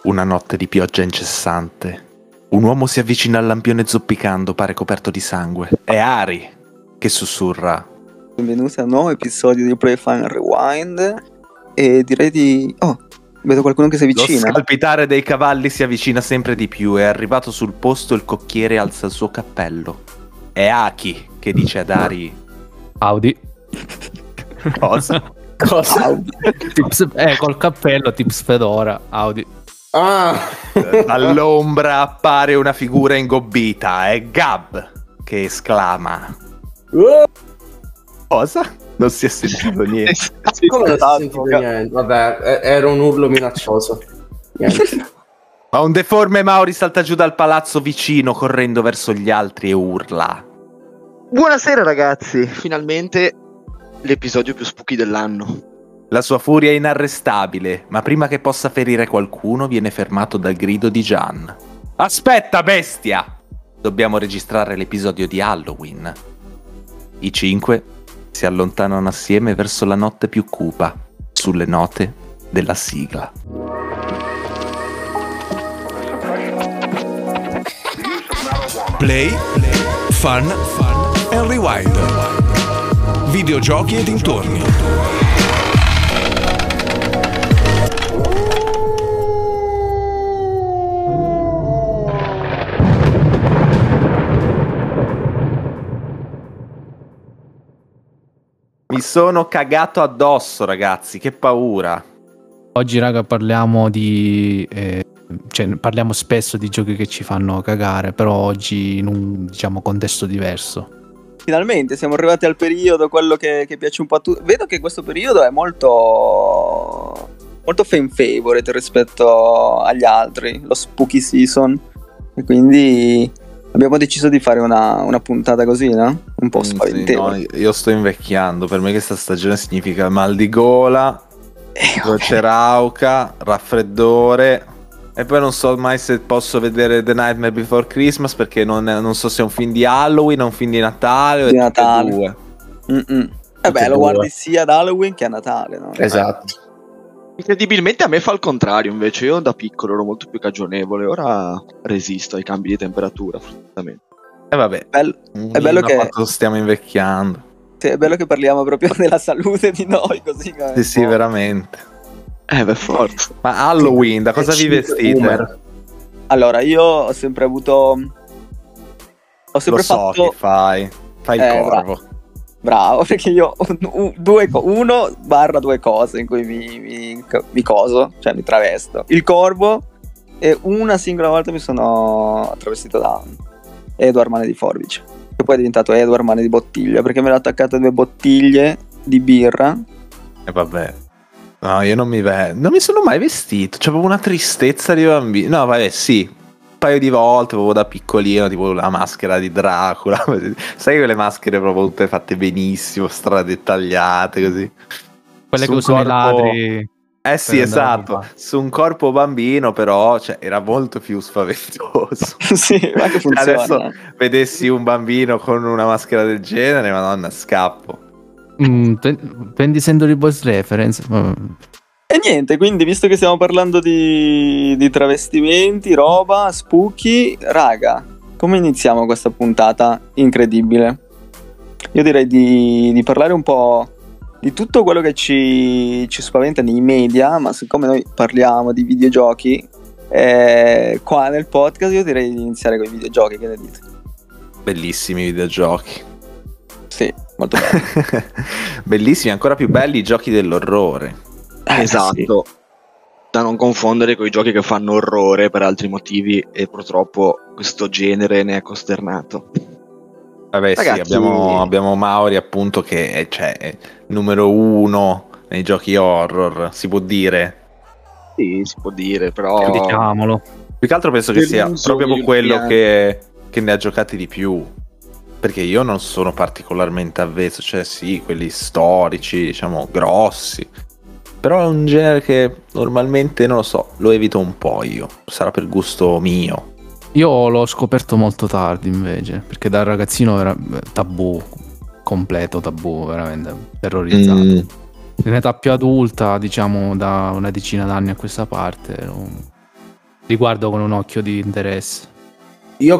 Una notte di pioggia incessante. Un uomo si avvicina al lampione zoppicando, pare coperto di sangue. È Ari che sussurra: benvenuti a un nuovo episodio di Play Final Rewind. E direi di... Oh, vedo qualcuno che si lo avvicina. scalpitare dei cavalli si avvicina sempre di più. È arrivato sul posto, il cocchiere alza il suo cappello. È Aki che dice ad Ari: Audi. cosa? Cosa? Tips, col cappello, tips fedora, Audi. Dall'ombra appare una figura ingobbita. È Gab che esclama: cosa? Non si è sentito niente. Come non si è sentito niente? Vabbè, era un urlo minaccioso. Niente. Ma un deforme Mauri salta giù dal palazzo vicino, correndo verso gli altri e urla: Buonasera ragazzi, finalmente l'episodio più spooky dell'anno. La sua furia è inarrestabile, ma prima che possa ferire qualcuno viene fermato dal grido di Gian. Aspetta, bestia! Dobbiamo registrare l'episodio di Halloween. I 5 si allontanano assieme verso la notte più cupa, sulle note della sigla. Play, Fun and Rewind. Videogiochi e dintorni. Mi sono cagato addosso, ragazzi, che paura. Oggi, raga, parliamo di... parliamo spesso di giochi che ci fanno cagare, però oggi in un, diciamo, contesto diverso. Finalmente siamo arrivati al periodo, quello che piace un po' a tutti. Vedo che questo periodo è molto fan favorite rispetto agli altri, lo spooky season. E quindi abbiamo deciso di fare una puntata così, no? Un po' spaventevole. Sì, no, io sto invecchiando, per me questa stagione significa mal di gola, croce rauca, raffreddore. E poi non so mai se posso vedere The Nightmare Before Christmas, perché non so se è un film di Halloween o un film di Natale. Di Natale. Due. Vabbè, lo guardi sia ad Halloween che a Natale, no? Esatto. Incredibilmente a me fa il contrario, invece io da piccolo ero molto più cagionevole, ora resisto ai cambi di temperatura, fortunatamente. E vabbè, È bello che... quanto stiamo invecchiando. Sì, è bello che parliamo proprio della salute di noi, così. Sì, veramente. Per forza. Ma Halloween, da cosa vi vestite? Allora, io ho sempre avuto... Ho sempre Lo so fatto... che fai il corvo. Bravo, perché io ho 1/2 cose in cui mi coso, cioè mi travesto. Il corvo, e una singola volta mi sono travestito da Edward Mane di Forbice, che poi è diventato Edward Mane di Bottiglia, perché me l'ho attaccato a 2 bottiglie di birra. E vabbè. No, io non mi sono mai vestito. C'avevo una tristezza di bambino. No, vabbè, sì. Un paio di volte, proprio da piccolino, tipo la maschera di Dracula. Sai quelle maschere proprio tutte fatte benissimo, stradettagliate così. Quelle Su che usano i corpo... ladri. Eh sì, esatto. Su un corpo bambino, però, cioè, era molto più spaventoso. Sì, ma che funziona. Adesso vedessi un bambino con una maschera del genere, madonna, scappo. Prendi Century Boys reference. E niente, quindi visto che stiamo parlando di travestimenti, roba, spooky, raga, come iniziamo questa puntata incredibile? Io direi di parlare un po' di tutto quello che ci spaventa nei media, ma siccome noi parliamo di videogiochi qua nel podcast, io direi di iniziare con i videogiochi, che ne dite? Bellissimi videogiochi. Sì, molto belli. Bellissimi, ancora più belli i giochi dell'orrore. Esatto. Sì. Da non confondere con i giochi che fanno orrore per altri motivi, e purtroppo questo genere ne è costernato. Vabbè, Ragazzi, sì, abbiamo Mauri appunto che è numero 1 nei giochi horror, si può dire. Sì, si può dire, però Diciamolo. Più che altro penso che sia Deluso proprio io quello piano. che ne ha giocati di più. Perché io non sono particolarmente avvezzo, cioè sì, quelli storici, diciamo, grossi. Però è un genere che normalmente, non lo so, lo evito un po' io. Sarà per gusto mio. Io l'ho scoperto molto tardi invece, perché da ragazzino era tabù, completo tabù, veramente terrorizzato. In età più adulta, diciamo da una decina d'anni a questa parte, riguardo con un occhio di interesse. Io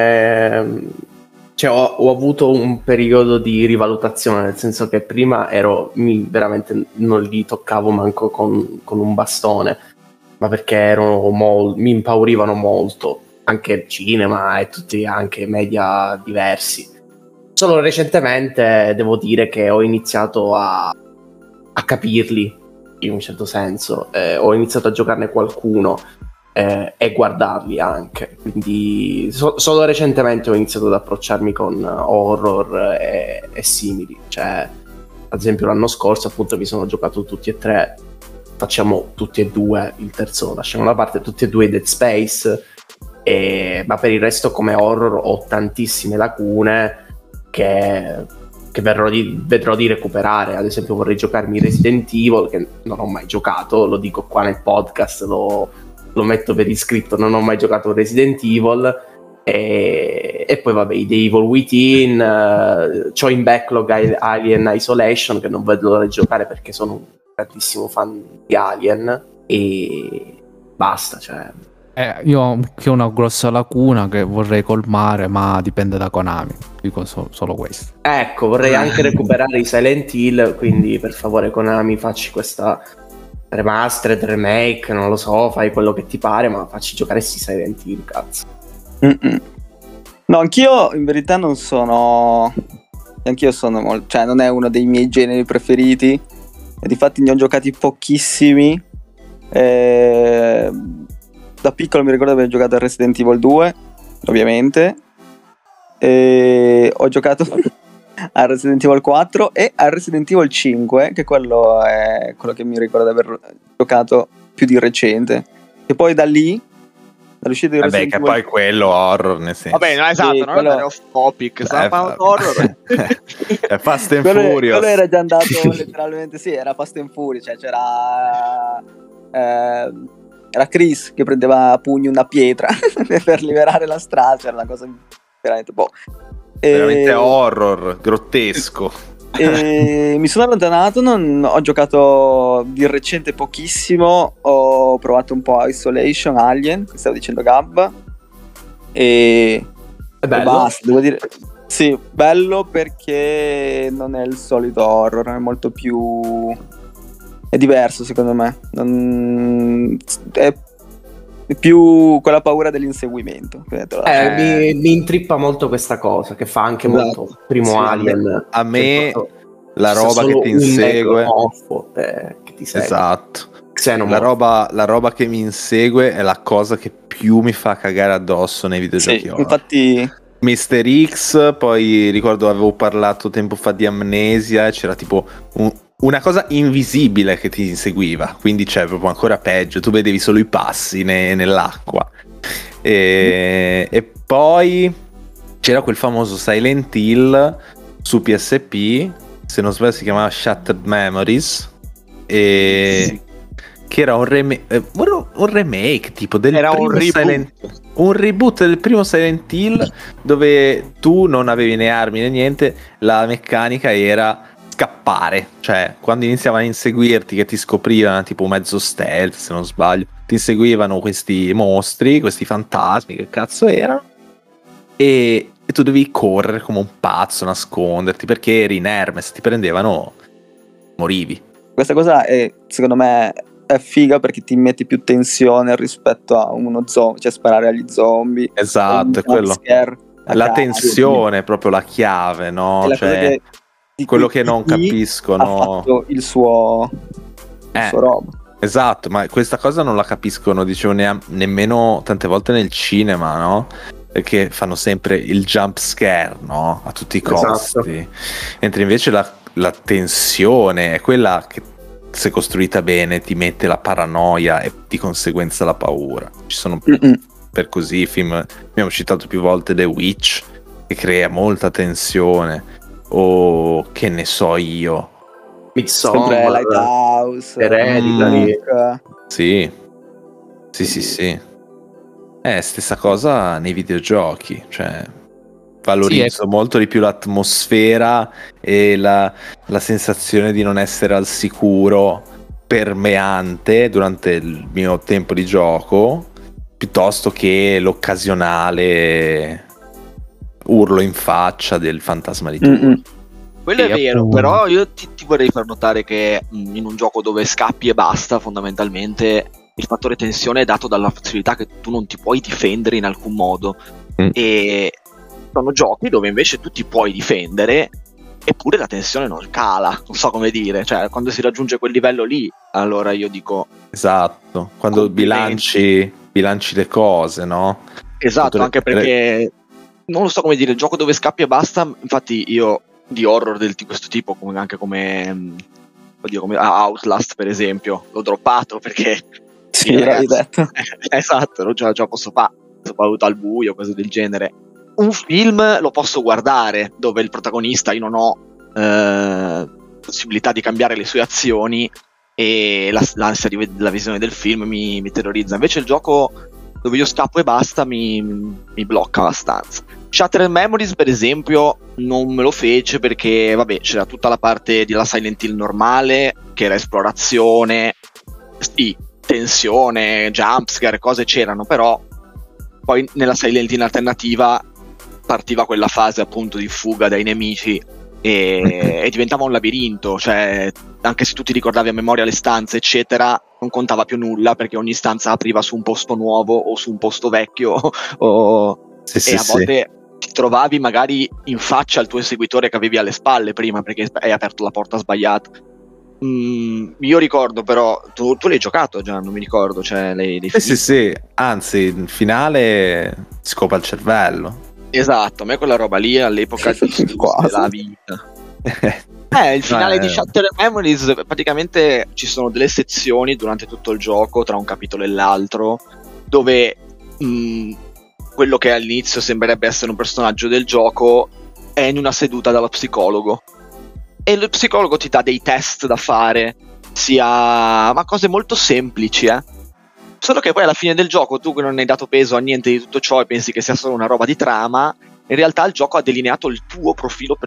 ho avuto un periodo di rivalutazione, nel senso che prima veramente non li toccavo manco con un bastone, ma perché mi impaurivano molto, anche il cinema e tutti anche media diversi. Solo recentemente devo dire che ho iniziato a capirli, in un certo senso, ho iniziato a giocarne qualcuno e guardarli anche, quindi solo recentemente ho iniziato ad approcciarmi con horror e simili, cioè ad esempio l'anno scorso appunto mi sono giocato tutti e tre, facciamo tutti e due il terzo, lasciamo da parte tutti e due Dead Space, ma per il resto come horror ho tantissime lacune che vedrò di recuperare. Ad esempio vorrei giocarmi Resident Evil, che non ho mai giocato, lo dico qua nel podcast, lo metto per iscritto, non ho mai giocato Resident Evil, e poi vabbè i The Evil Within, c'ho in backlog Alien Isolation, che non vedo l'ora di giocare perché sono un grandissimo fan di Alien, e basta, cioè. Io ho anche una grossa lacuna che vorrei colmare, ma dipende da Konami. Dico solo questo. Ecco, vorrei anche recuperare i Silent Hill, quindi per favore Konami facci questa remastered, remake, non lo so, fai quello che ti pare, ma facci giocare sti Silent Hill, cazzo. No, anch'io in verità non sono... Anch'io sono molto... Cioè non è uno dei miei generi preferiti, e difatti ne ho giocati pochissimi. Da piccolo mi ricordo di aver giocato a Resident Evil 2, ovviamente, e ho giocato a Resident Evil 4 e a Resident Evil 5, che quello è quello che mi ricordo di aver giocato più di recente. E poi da lì, dall'uscita di Resident Evil... poi quello horror, nel senso. Vabbè, no, esatto, Sì, non quello... è off topic, sta parlando horror. È Fast and quello Furious. era già andato letteralmente, sì, era Fast and Furious, cioè c'era... era Chris che prendeva a pugni una pietra per liberare la strada, c'era una cosa veramente veramente horror, grottesco. Mi sono allontanato, ho giocato di recente pochissimo, ho provato un po' Isolation, Alien, che stavo dicendo Gab, e basta, devo dire. Sì, bello perché non è il solito horror, è molto più... è diverso secondo me, è più quella paura dell'inseguimento. Mi intrippa molto questa cosa, che fa anche molto primo Sì, Alien. A me la roba che ti insegue, che ti segue. Esatto, la roba che mi insegue è la cosa che più mi fa cagare addosso nei videogiochi. Sì, infatti Mr. X, poi ricordo avevo parlato tempo fa di Amnesia, c'era tipo una cosa invisibile che ti inseguiva, quindi c'è proprio ancora peggio, tu vedevi solo i passi nell'acqua. E poi c'era quel famoso Silent Hill su PSP, se non sbaglio si chiamava Shattered Memories, e che era un remake tipo del era primo un reboot del primo Silent Hill, dove tu non avevi né armi né niente, la meccanica era scappare, cioè quando iniziavano a inseguirti, che ti scoprivano tipo mezzo stealth se non sbaglio, ti inseguivano questi mostri, questi fantasmi, che cazzo erano, e tu dovevi correre come un pazzo, nasconderti, perché eri inerme, se ti prendevano morivi. Questa cosa è, secondo me, è figa perché ti metti più tensione rispetto a uno zombie, cioè sparare agli zombie. Esatto, è quello. La tensione è proprio la chiave, no? Cioè, quello che non capiscono. Ha fatto il suo roba. Esatto, ma questa cosa non la capiscono, dicevo, nemmeno tante volte nel cinema, no? Perché fanno sempre il jump scare, no? A tutti i costi. Esatto. Mentre invece la tensione è quella che, se costruita bene, ti mette la paranoia e di conseguenza la paura. Ci sono per così film, abbiamo citato più volte The Witch, che crea molta tensione, o che ne so io, Midsommar, Lighthouse, Hereditary. Sì. Stessa cosa nei videogiochi, cioè valorizzo molto di più l'atmosfera e la sensazione di non essere al sicuro permeante durante il mio tempo di gioco, piuttosto che l'occasionale urlo in faccia del fantasma di turno. Quello è Sì, vero, appunto. però io ti vorrei far notare che in un gioco dove scappi e basta, fondamentalmente il fattore tensione è dato dalla possibilità che tu non ti puoi difendere in alcun modo. E sono giochi dove invece tu ti puoi difendere eppure la tensione non cala, non so come dire, cioè quando si raggiunge quel livello lì, allora io dico Esatto, quando complimenti. bilanci le cose, no? Esatto, anche perché non lo so come dire, il gioco dove scappi e basta, infatti io di horror di questo tipo, come Outlast per esempio, l'ho droppato perché Sì, l'avevi detto. esatto, non ce la posso fare, soprattutto al buio, cose del genere. Un film lo posso guardare dove il protagonista io non ho possibilità di cambiare le sue azioni e l'ansia della visione del film mi terrorizza. Invece il gioco dove io scappo e basta mi blocca abbastanza. Shattered Memories per esempio non me lo fece perché vabbè c'era tutta la parte della Silent Hill normale che era esplorazione, tensione, jumpscare, cose c'erano, però poi nella Silent Hill alternativa partiva quella fase appunto di fuga dai nemici e diventava un labirinto, cioè anche se tu ti ricordavi a memoria le stanze eccetera non contava più nulla perché ogni stanza apriva su un posto nuovo o su un posto vecchio e a volte ti trovavi magari in faccia al tuo eseguitore che avevi alle spalle prima perché hai aperto la porta sbagliata. Io ricordo però tu l'hai giocato già, non mi ricordo, cioè Sì, anzi il finale scopa il cervello. Esatto, a me quella roba lì all'epoca della vita. Il finale di Shattered Memories, praticamente ci sono delle sezioni durante tutto il gioco tra un capitolo e l'altro dove quello che all'inizio sembrerebbe essere un personaggio del gioco è in una seduta dallo psicologo e lo psicologo ti dà dei test da fare, ma cose molto semplici, solo che poi alla fine del gioco tu che non hai dato peso a niente di tutto ciò e pensi che sia solo una roba di trama, in realtà il gioco ha delineato il tuo profilo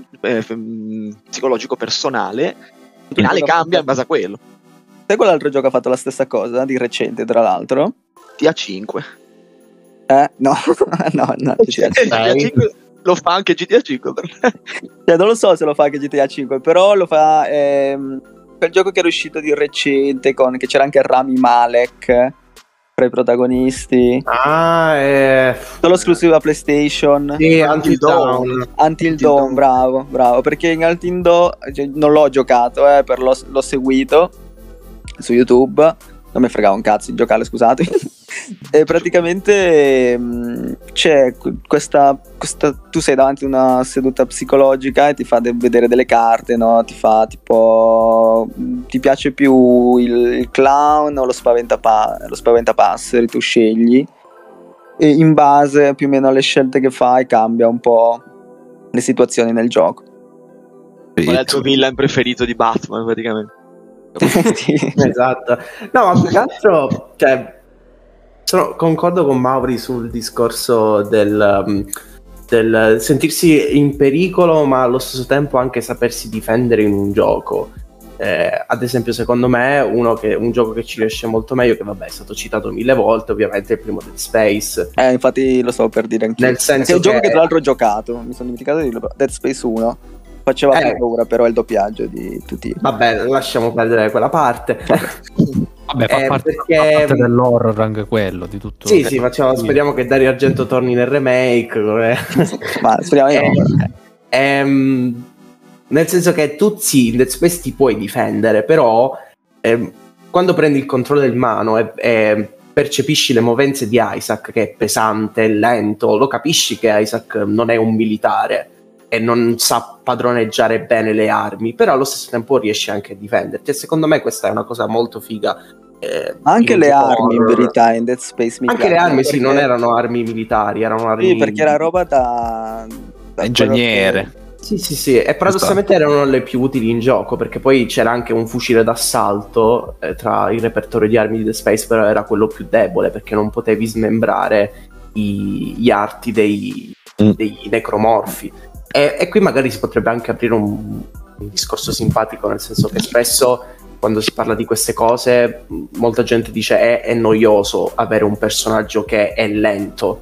psicologico personale, il finale cambia in base a quello. Sai quell'altro gioco ha fatto la stessa cosa di recente tra l'altro? GTA 5 no GTA 5. GTA 5 lo fa anche GTA 5 per me. Cioè, non lo so se lo fa anche GTA 5, però lo fa quel gioco che era uscito di recente che c'era anche Rami Malek tra i protagonisti. Solo esclusiva PlayStation. Sì, Until Dawn, bravo, perché in Until Dawn non l'ho giocato, per l'ho seguito su YouTube. Non mi fregava un cazzo di giocare, scusate. E praticamente c'è questa tu sei davanti a una seduta psicologica e ti fa vedere delle carte, no? Ti fa tipo ti piace più il clown o lo spaventapasseri, tu scegli e in base più o meno alle scelte che fai cambia un po' le situazioni nel gioco. Qual è il tuo villain preferito di Batman praticamente? Esatto. No, ma più che altro, cioè, concordo con Mauri sul discorso del sentirsi in pericolo, ma allo stesso tempo anche sapersi difendere in un gioco. Ad esempio, secondo me, un gioco che ci riesce molto meglio, che vabbè è stato citato 1000 volte, ovviamente è il primo Dead Space. Infatti lo stavo per dire anch'io. Nel senso che è un gioco che tra l'alro ho giocato, mi sono dimenticato di dirlo. Dead Space 1 faceva più paura, però è il doppiaggio di tutti. Vabbè, lasciamo perdere quella parte. Vabbè, fa parte dell'horror anche quello, di tutto. Sì, speriamo che Dario Argento torni nel remake. Ma speriamo nel senso che tu in Dead Space ti puoi difendere, però quando prendi il controllo in mano e percepisci le movenze di Isaac, che è pesante, è lento, lo capisci che Isaac non è un militare e non sa padroneggiare bene le armi, però allo stesso tempo riesce anche a difenderti, e secondo me questa è una cosa molto figa. Anche le armi in verità in Dead Space mi anche piace, le armi perché... sì, non erano armi militari, erano armi... Sì, perché era roba da ingegnere. Sì, e paradossalmente erano le più utili in gioco, perché poi c'era anche un fucile d'assalto tra il repertorio di armi di Dead Space, però era quello più debole, perché non potevi smembrare gli arti dei necromorfi. E qui magari si potrebbe anche aprire un discorso simpatico, nel senso che spesso quando si parla di queste cose molta gente dice è noioso avere un personaggio che è lento,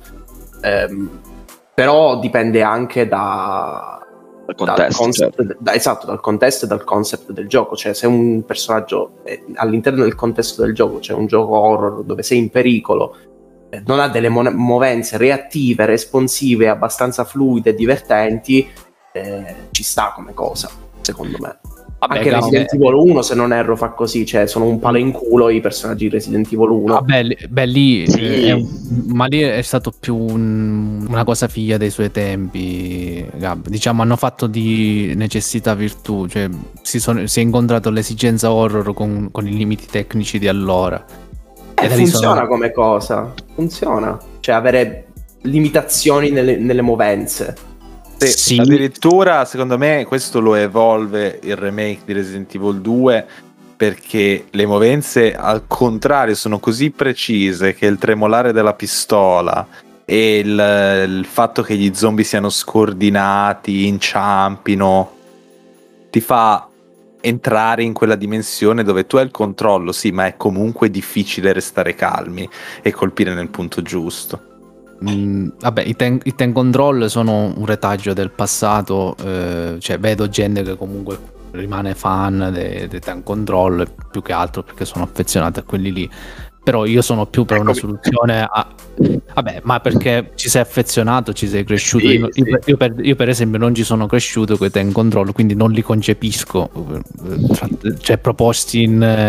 però dipende anche dal contesto, esatto, dal contesto e dal concept del gioco. Cioè, se un personaggio all'interno del contesto del gioco, c'è un gioco horror dove sei in pericolo, non ha delle movenze reattive, responsive, abbastanza fluide e divertenti, ci sta come cosa, secondo me. Vabbè, anche Resident Evil 1, se non erro, fa così, cioè sono un palo in culo i personaggi di Resident Evil 1. Vabbè, lì Sì. ma lì è stato più una cosa figlia dei suoi tempi, Gab. Diciamo, hanno fatto di necessità virtù, cioè si è incontrato l'esigenza horror con i limiti tecnici di allora. E da lì Funziona come cosa, funziona, cioè avere limitazioni nelle movenze. Sì, addirittura secondo me questo lo evolve il remake di Resident Evil 2, perché le movenze al contrario sono così precise che il tremolare della pistola e il fatto che gli zombie siano scordinati, inciampino, ti fa entrare in quella dimensione dove tu hai il controllo, sì, ma è comunque difficile restare calmi e colpire nel punto giusto. Vabbè, i tank control sono un retaggio del passato, cioè vedo gente che comunque rimane fan dei tank control più che altro perché sono affezionato a quelli lì, però io sono più per una soluzione vabbè, ma perché ci sei affezionato, ci sei cresciuto. Io per esempio non ci sono cresciuto con i tank control, quindi non li concepisco, cioè proposti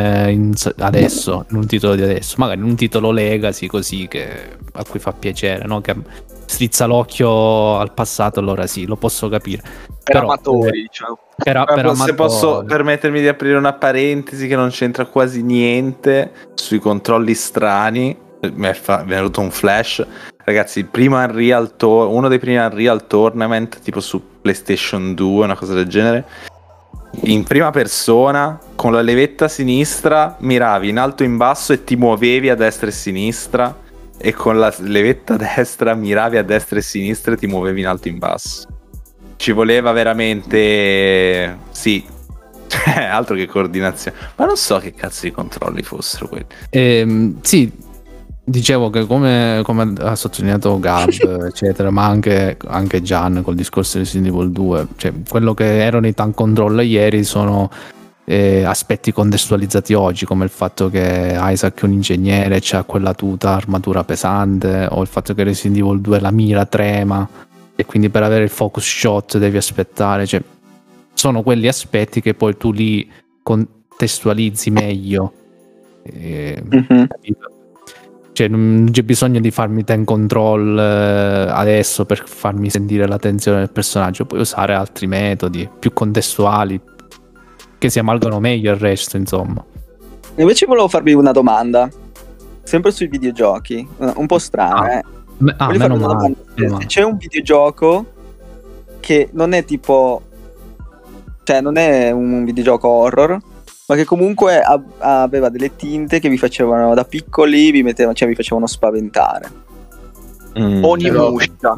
adesso, in un titolo di adesso, magari in un titolo legacy così a cui fa piacere, no? Che strizza l'occhio al passato, allora sì, lo posso capire. Per amatori, diciamo. Se posso permettermi di aprire una parentesi che non c'entra quasi niente sui controlli strani, mi è venuto un flash, ragazzi. Il primo uno dei primi Unreal Tournament, tipo su PlayStation 2, una cosa del genere, in prima persona, con la levetta sinistra miravi in alto e in basso e ti muovevi a destra e sinistra, e con la levetta destra miravi a destra e sinistra e ti muovevi in alto e in basso. Ci voleva veramente, sì, altro che coordinazione, ma non so che cazzo di controlli fossero quelli. Sì, dicevo che come ha sottolineato Gab eccetera, ma anche Gian col discorso di Resident Evil 2, cioè quello che erano i tank control ieri sono aspetti contestualizzati oggi, come il fatto che Isaac è un ingegnere, c'ha quella tuta armatura pesante, o il fatto che Resident Evil 2 la mira trema e quindi per avere il focus shot devi aspettare, cioè sono quelli aspetti che poi tu li contestualizzi meglio, capito? Cioè non c'è bisogno di farmi tank control adesso per farmi sentire la tensione del personaggio, puoi usare altri metodi più contestuali che si amalgano meglio al resto, insomma. Invece volevo farvi una domanda, sempre sui videogiochi, un po' strana. Meno male. Se c'è un videogioco che non è tipo, cioè non è un videogioco horror, ma che comunque aveva delle tinte che vi facevano da piccoli, vi facevano spaventare. Onimusha.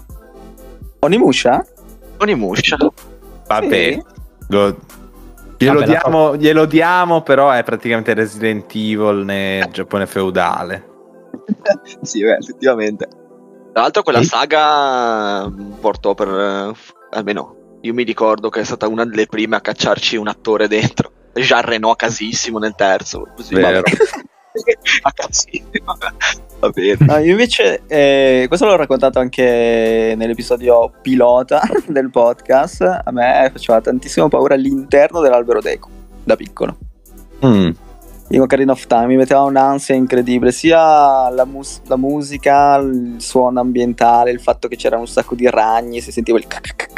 Onimusha? Onimusha. Vabbè, sì. glielo diamo, però è praticamente Resident Evil nel Giappone feudale. Sì, beh, effettivamente. Tra l'altro quella saga portò almeno io mi ricordo che è stata una delle prime a cacciarci un attore dentro. Jean Reno casissimo nel terzo, così. Vero. A cazzissimo. Va bene. No, io invece questo l'ho raccontato anche nell'episodio pilota del podcast. A me faceva tantissimo paura all'interno dell'albero Deku da piccolo. In Ocarina of Time mi metteva un'ansia incredibile, sia la musica, il suono ambientale, il fatto che c'era un sacco di ragni, si sentiva il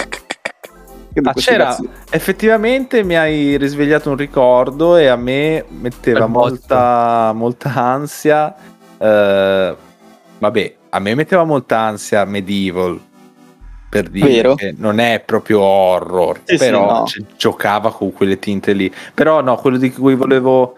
c'era, effettivamente mi hai risvegliato un ricordo e a me metteva molta ansia, vabbè, a me metteva molta ansia Medieval, per dire. Vero? Che non è proprio horror, sì, però sì, no. giocava con quelle tinte lì. Però no, quello di cui volevo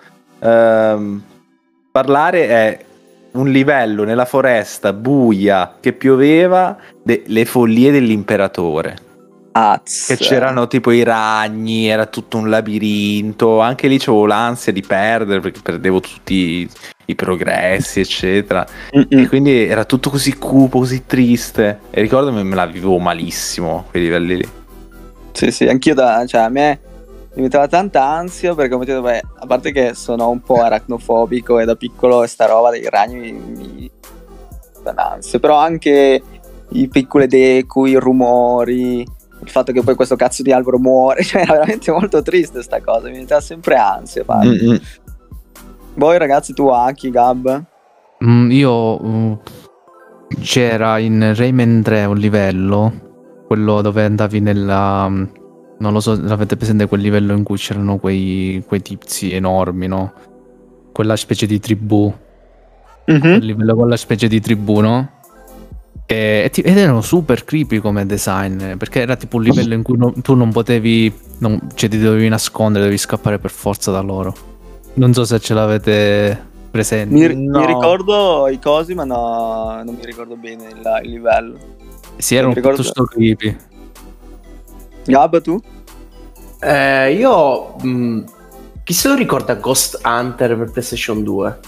parlare è un livello nella foresta buia che pioveva, le follie dell'imperatore. Che c'erano tipo i ragni, era tutto un labirinto. Anche lì c'avevo l'ansia di perdere perché perdevo tutti i progressi, eccetera. E quindi era tutto così cupo, così triste. E ricordo me la vivevo malissimo quei livelli lì. Sì, anch'io cioè a me mi metteva tanta ansia perché come ti dico, a parte che sono un po' aracnofobico e da piccolo sta roba dei ragni mi dà ansia, però anche i piccoli deku, i rumori, il fatto che poi questo cazzo di albero muore, cioè era veramente molto triste sta cosa, mi metteva sempre ansia. Voi ragazzi, tu Aki, Gab? Io c'era in Rayman 3 un livello, quello dove andavi nella, non lo so, avete presente quel livello in cui c'erano quei tizi enormi, no? Quella specie di tribù. Quel livello con la specie di tribù, no? Ed erano super creepy come design, perché era tipo un livello in cui tu non potevi, cioè ti dovevi nascondere, dovevi scappare per forza da loro. Non so se ce l'avete presente. Mi ricordo i cosi, ma no, non mi ricordo bene il livello. Sì, era un piuttosto creepy. Gab, tu? Io chi se lo ricorda Ghost Hunter per PlayStation 2?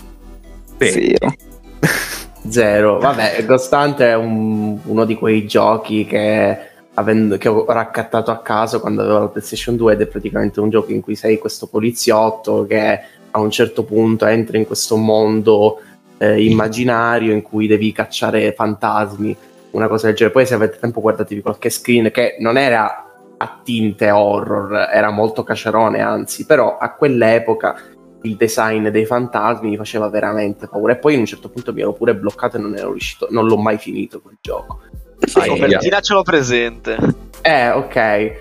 Zero. Vabbè, Ghost Hunter è uno di quei giochi che ho raccattato a caso quando avevo la PlayStation 2 ed è praticamente un gioco in cui sei questo poliziotto che a un certo punto entra in questo mondo immaginario in cui devi cacciare fantasmi, una cosa del genere. Poi se avete tempo guardatevi qualche screen, che non era a tinte horror, era molto cacerone anzi, però a quell'epoca il design dei fantasmi mi faceva veramente paura, e poi in un certo punto mi ero pure bloccato e non ero riuscito, non l'ho mai finito quel gioco. La copertina ce l'ho presente. Ok.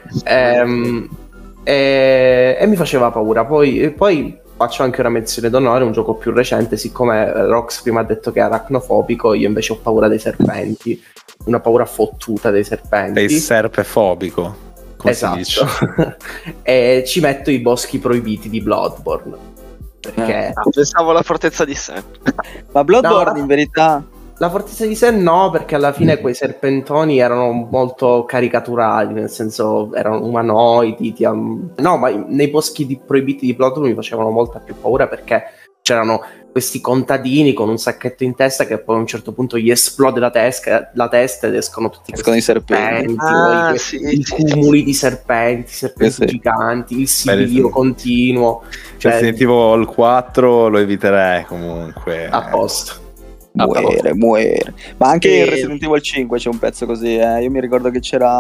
E mi faceva paura. Poi faccio anche una menzione d'onore, un gioco più recente, siccome Rox prima ha detto che è aracnofobico, io invece ho paura dei serpenti, una paura fottuta dei serpenti. Sei serpefobico, come esatto. si dice. E ci metto i boschi proibiti di Bloodborne, perché pensavo alla fortezza di sé. Ma Bloodborne in verità la fortezza di sé no, perché alla fine quei serpentoni erano molto caricaturali, nel senso erano umanoidi. No, ma nei boschi proibiti di Bloodborne mi facevano molta più paura, perché c'erano questi contadini con un sacchetto in testa che poi a un certo punto gli esplode la testa ed escono tutti i serpenti. I cumuli di serpenti giganti, il sibilio continuo. Cioè, Resident Evil 4 lo eviterei comunque. A posto. Muore. Ma anche in Resident Evil 5 c'è un pezzo così, Io mi ricordo che c'è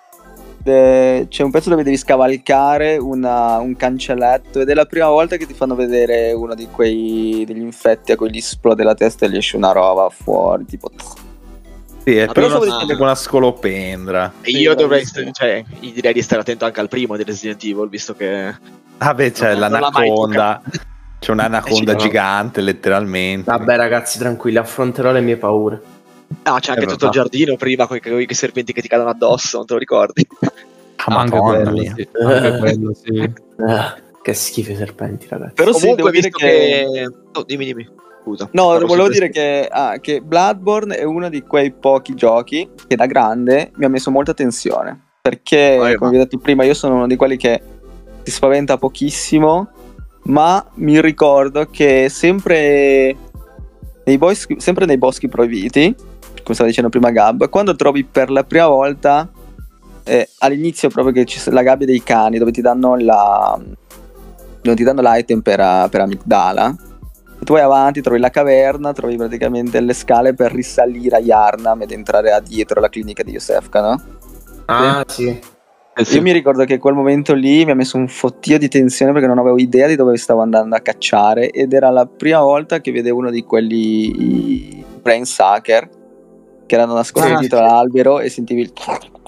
un pezzo dove devi scavalcare un cancelletto ed è la prima volta che ti fanno vedere uno di degli infetti a cui gli esplode la testa e gli esce una roba fuori, tipo. Sì, è però una scolopendra. E io gli direi di stare attento anche al primo di Resident Evil, visto che c'è l'anaconda. C'è un'anaconda gigante, letteralmente. Vabbè, ragazzi, tranquilli, affronterò le mie paure. No, c'è anche tutto il giardino prima con i serpenti che ti cadono addosso, non te lo ricordi? Anche quello, sì. Che schifo i serpenti, ragazzi. Però comunque, sì, devo dire che dimmi. Scusa. No, volevo dire che Bloodborne è uno di quei pochi giochi che da grande mi ha messo molta tensione. Perché, come vi ho detto prima, io sono uno di quelli che si spaventa pochissimo. Ma mi ricordo che sempre nei boschi proibiti, come stava dicendo prima Gab, quando trovi per la prima volta all'inizio proprio che c'è la gabbia dei cani dove ti danno l'item per Amygdala, e tu vai avanti, trovi la caverna, trovi praticamente le scale per risalire a Yharnam ed entrare dietro la clinica di Yosefka, no? Sì. Io mi ricordo che quel momento lì mi ha messo un fottio di tensione perché non avevo idea di dove stavo andando a cacciare ed era la prima volta che vedevo uno di quelli brain sucker che erano nascosti dietro l'albero e sentivi il...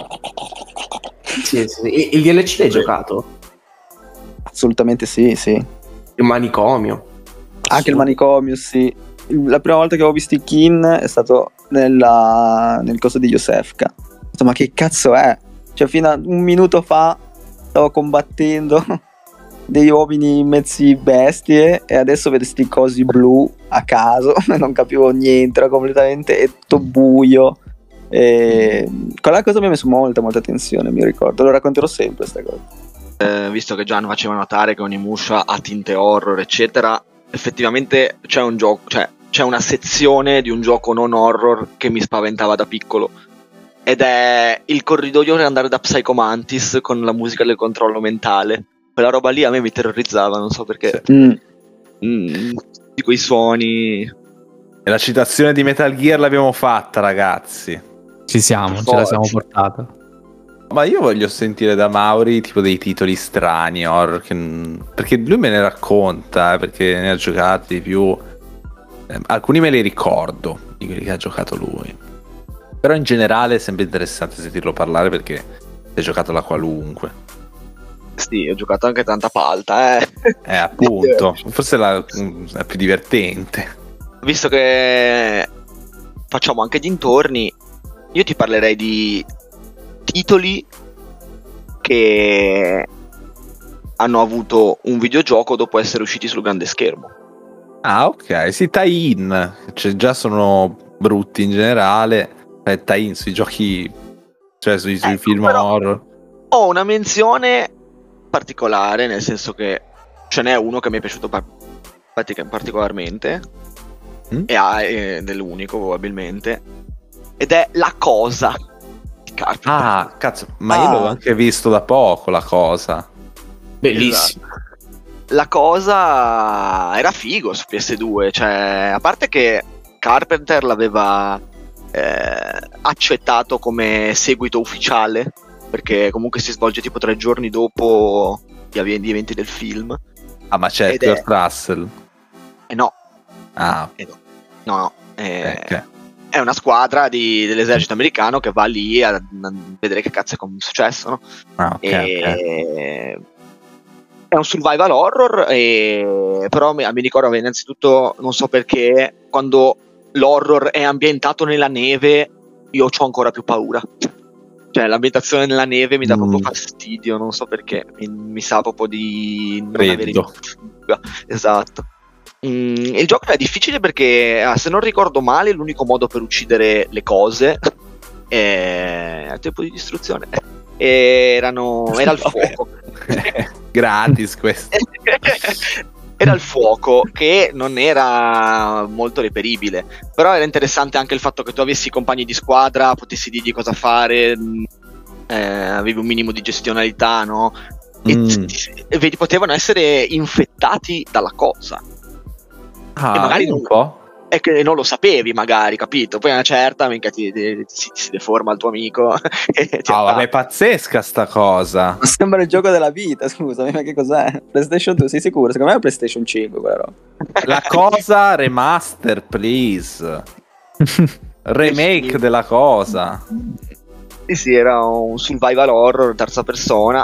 Sì. Il DLC l'hai giocato? Assolutamente sì. Il manicomio. Anche il manicomio, sì. La prima volta che avevo visto i Kin è stato nel coso di Yosefka. Ho detto, ma che cazzo è? Cioè, fino a un minuto fa stavo combattendo degli uomini mezzi bestie e adesso vedo sti cosi blu a caso e non capivo niente, era completamente tutto buio. E quella cosa mi ha messo molta tensione, mi ricordo, lo racconterò sempre sta cosa. Visto che Gian faceva notare che Onimusha ha tinte horror, eccetera, effettivamente c'è un gioco, cioè c'è una sezione di un gioco non horror che mi spaventava da piccolo, ed è il corridoio per andare da Psycho Mantis con la musica del controllo mentale. Quella roba lì a me mi terrorizzava, non so perché. Di quei suoni. E la citazione di Metal Gear l'abbiamo fatta, ragazzi. Ci siamo, ce la siamo portata. Ma io voglio sentire da Mauri tipo dei titoli strani horror, perché lui me ne racconta, perché ne ha giocati di più. Alcuni me li ricordo di quelli che ha giocato lui, però in generale è sempre interessante sentirlo parlare, perché si è giocato la qualunque. Sì, ho giocato anche tanta palta, appunto, forse è più divertente. Visto che facciamo anche dintorni, io ti parlerei di titoli che hanno avuto un videogioco dopo essere usciti sul grande schermo. Ah, ok, sì, tie-in, cioè già sono brutti in generale, tie-in sui giochi, cioè sui film horror. Ho una menzione particolare, nel senso che ce n'è uno che mi è piaciuto particolarmente, e dell'unico probabilmente, ed è La Cosa di Carpenter. Ah, cazzo, ma io l'ho anche visto da poco, La Cosa. Bellissimo. Esatto. La Cosa era figo su PS2, cioè, a parte che Carpenter l'aveva accettato come seguito ufficiale, perché comunque si svolge tipo 3 giorni dopo gli eventi del film. Ah, ma c'è Kurt Russell? No. Ah. No. Okay. È una squadra dell'esercito americano che va lì a vedere che cazzo è successo, no? Ah, okay. È un survival horror, però mi ricordo innanzitutto, non so perché, quando l'horror è ambientato nella neve, io c'ho ancora più paura. Cioè, l'ambientazione nella neve mi dà proprio fastidio, non so perché. Mi sa proprio di non avere fuga. Esatto. Il gioco è difficile perché, se non ricordo male, l'unico modo per uccidere le cose è il tempo di distruzione. Era il fuoco. Gratis questo. Era il fuoco, che non era molto reperibile, però era interessante anche il fatto che tu avessi compagni di squadra, potessi dirgli cosa fare, avevi un minimo di gestionalità, no? E potevano essere infettati dalla cosa. Ah, e magari un po'. E che non lo sapevi, magari, capito? Poi a una certa, minchia, si deforma il tuo amico. Vabbè, pazzesca sta cosa. Ma sembra il gioco della vita, scusami, ma che cos'è? PlayStation 2, sei sicuro? Secondo me è PlayStation 5 quella roba. La Cosa remaster, please. Remake della Cosa. Sì, era un survival horror terza persona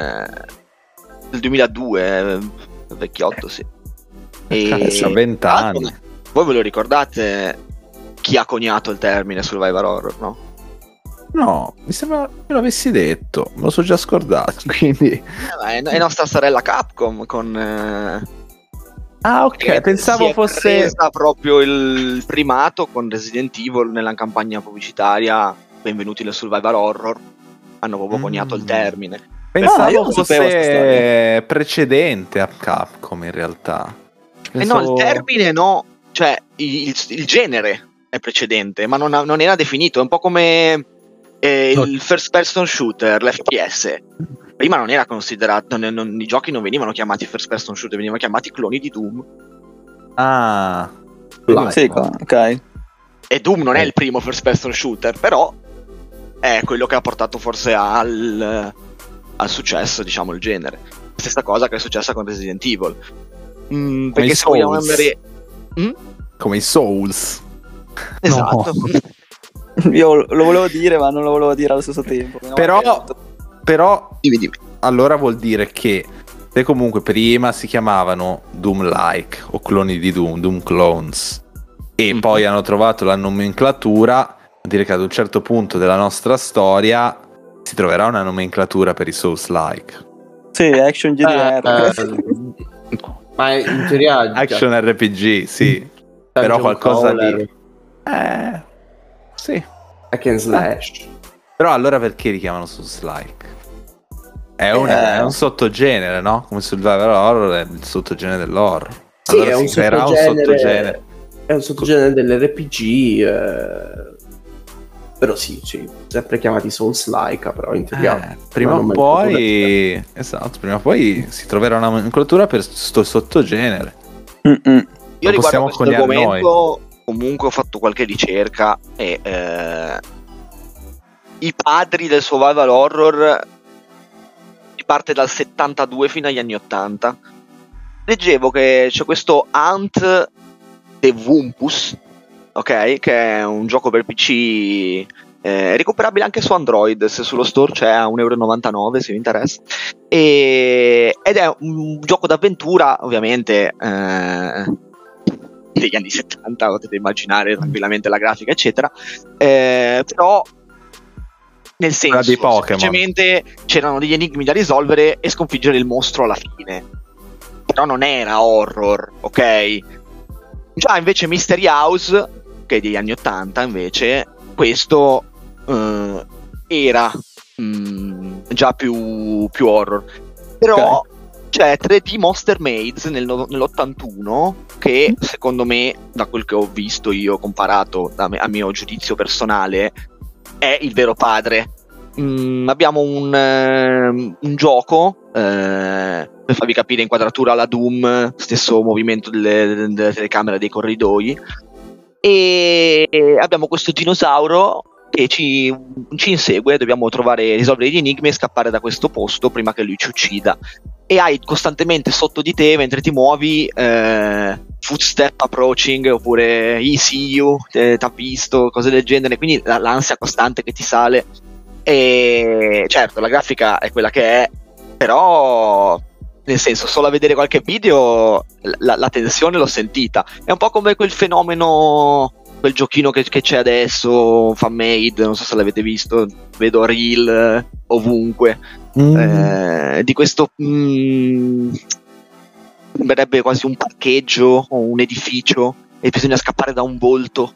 del 2002, vecchiotto, sì. C'ha 20 anni. Voi ve lo ricordate chi ha coniato il termine survival horror, no? No, mi sembra che lo avessi detto, me lo so già scordato, quindi... È nostra sorella Capcom con... Ah, ok, pensavo fosse... proprio il primato con Resident Evil nella campagna pubblicitaria Benvenuti nel survival horror. Hanno proprio coniato il termine. Pensavo fosse precedente a Capcom in realtà. No, il termine no. Cioè, il genere è precedente, ma non era definito. È un po' come il first person shooter, l'FPS. Prima non era considerato, i giochi non venivano chiamati first person shooter, venivano chiamati cloni di Doom. Ah, sì, ok. E Doom non è il primo first person shooter, però è quello che ha portato forse al successo, diciamo, il genere. Stessa cosa che è successa con Resident Evil. Perché se vogliamo andare... Come i Souls. Esatto. No. Io lo volevo dire, ma non lo volevo dire allo stesso tempo. Però dimmi. Allora vuol dire che se comunque prima si chiamavano Doom-like o cloni di Doom clones, e poi hanno trovato la nomenclatura, vuol dire che ad un certo punto della nostra storia si troverà una nomenclatura per i Souls-like. Sì, Action GDR. Ma in teoria Action RPG, sì. Però qualcosa di... sì. Hack and slash. Però allora perché li chiamano Souls-like? È un sottogenere, no? Come Survival Horror è il sottogenere dell'horror. Sì, allora è un sottogenere. È un sottogenere dell'RPG. Però sì, sempre chiamati Souls-like, però in teoria prima o poi si troverà una nomenclatura per sto sottogenere. Io riguardo questo argomento comunque ho fatto qualche ricerca e i padri del survival horror si parte dal 72 fino agli anni 80. Leggevo che c'è questo Ant the Wumpus, ok, che è un gioco per PC recuperabile anche su Android, se sullo store c'è a 1,99 € se vi interessa, ed è un gioco d'avventura ovviamente degli anni 70, potete immaginare tranquillamente la grafica eccetera, però nel senso semplicemente c'erano degli enigmi da risolvere e sconfiggere il mostro alla fine, però non era horror, ok? Già invece Mystery House, che è degli anni 80 invece, questo era già più horror. Però c'è 3D Monster Maids nell'81 che secondo me, da quel che ho visto io comparato a mio giudizio personale, è il vero padre. Abbiamo un gioco per farvi capire, inquadratura alla Doom, stesso movimento delle telecamere dei corridoi, e abbiamo questo dinosauro che ci insegue, dobbiamo risolvere gli enigmi e scappare da questo posto prima che lui ci uccida, e hai costantemente sotto di te mentre ti muovi footstep approaching oppure he see you, t'ha visto, cose del genere, quindi l'ansia costante che ti sale. E certo la grafica è quella che è, però nel senso, solo a vedere qualche video la tensione l'ho sentita. È un po' come quel fenomeno, quel giochino che c'è adesso, fan-made, non so se l'avete visto, vedo reel ovunque, di questo sembrerebbe quasi un parcheggio o un edificio e bisogna scappare da un volto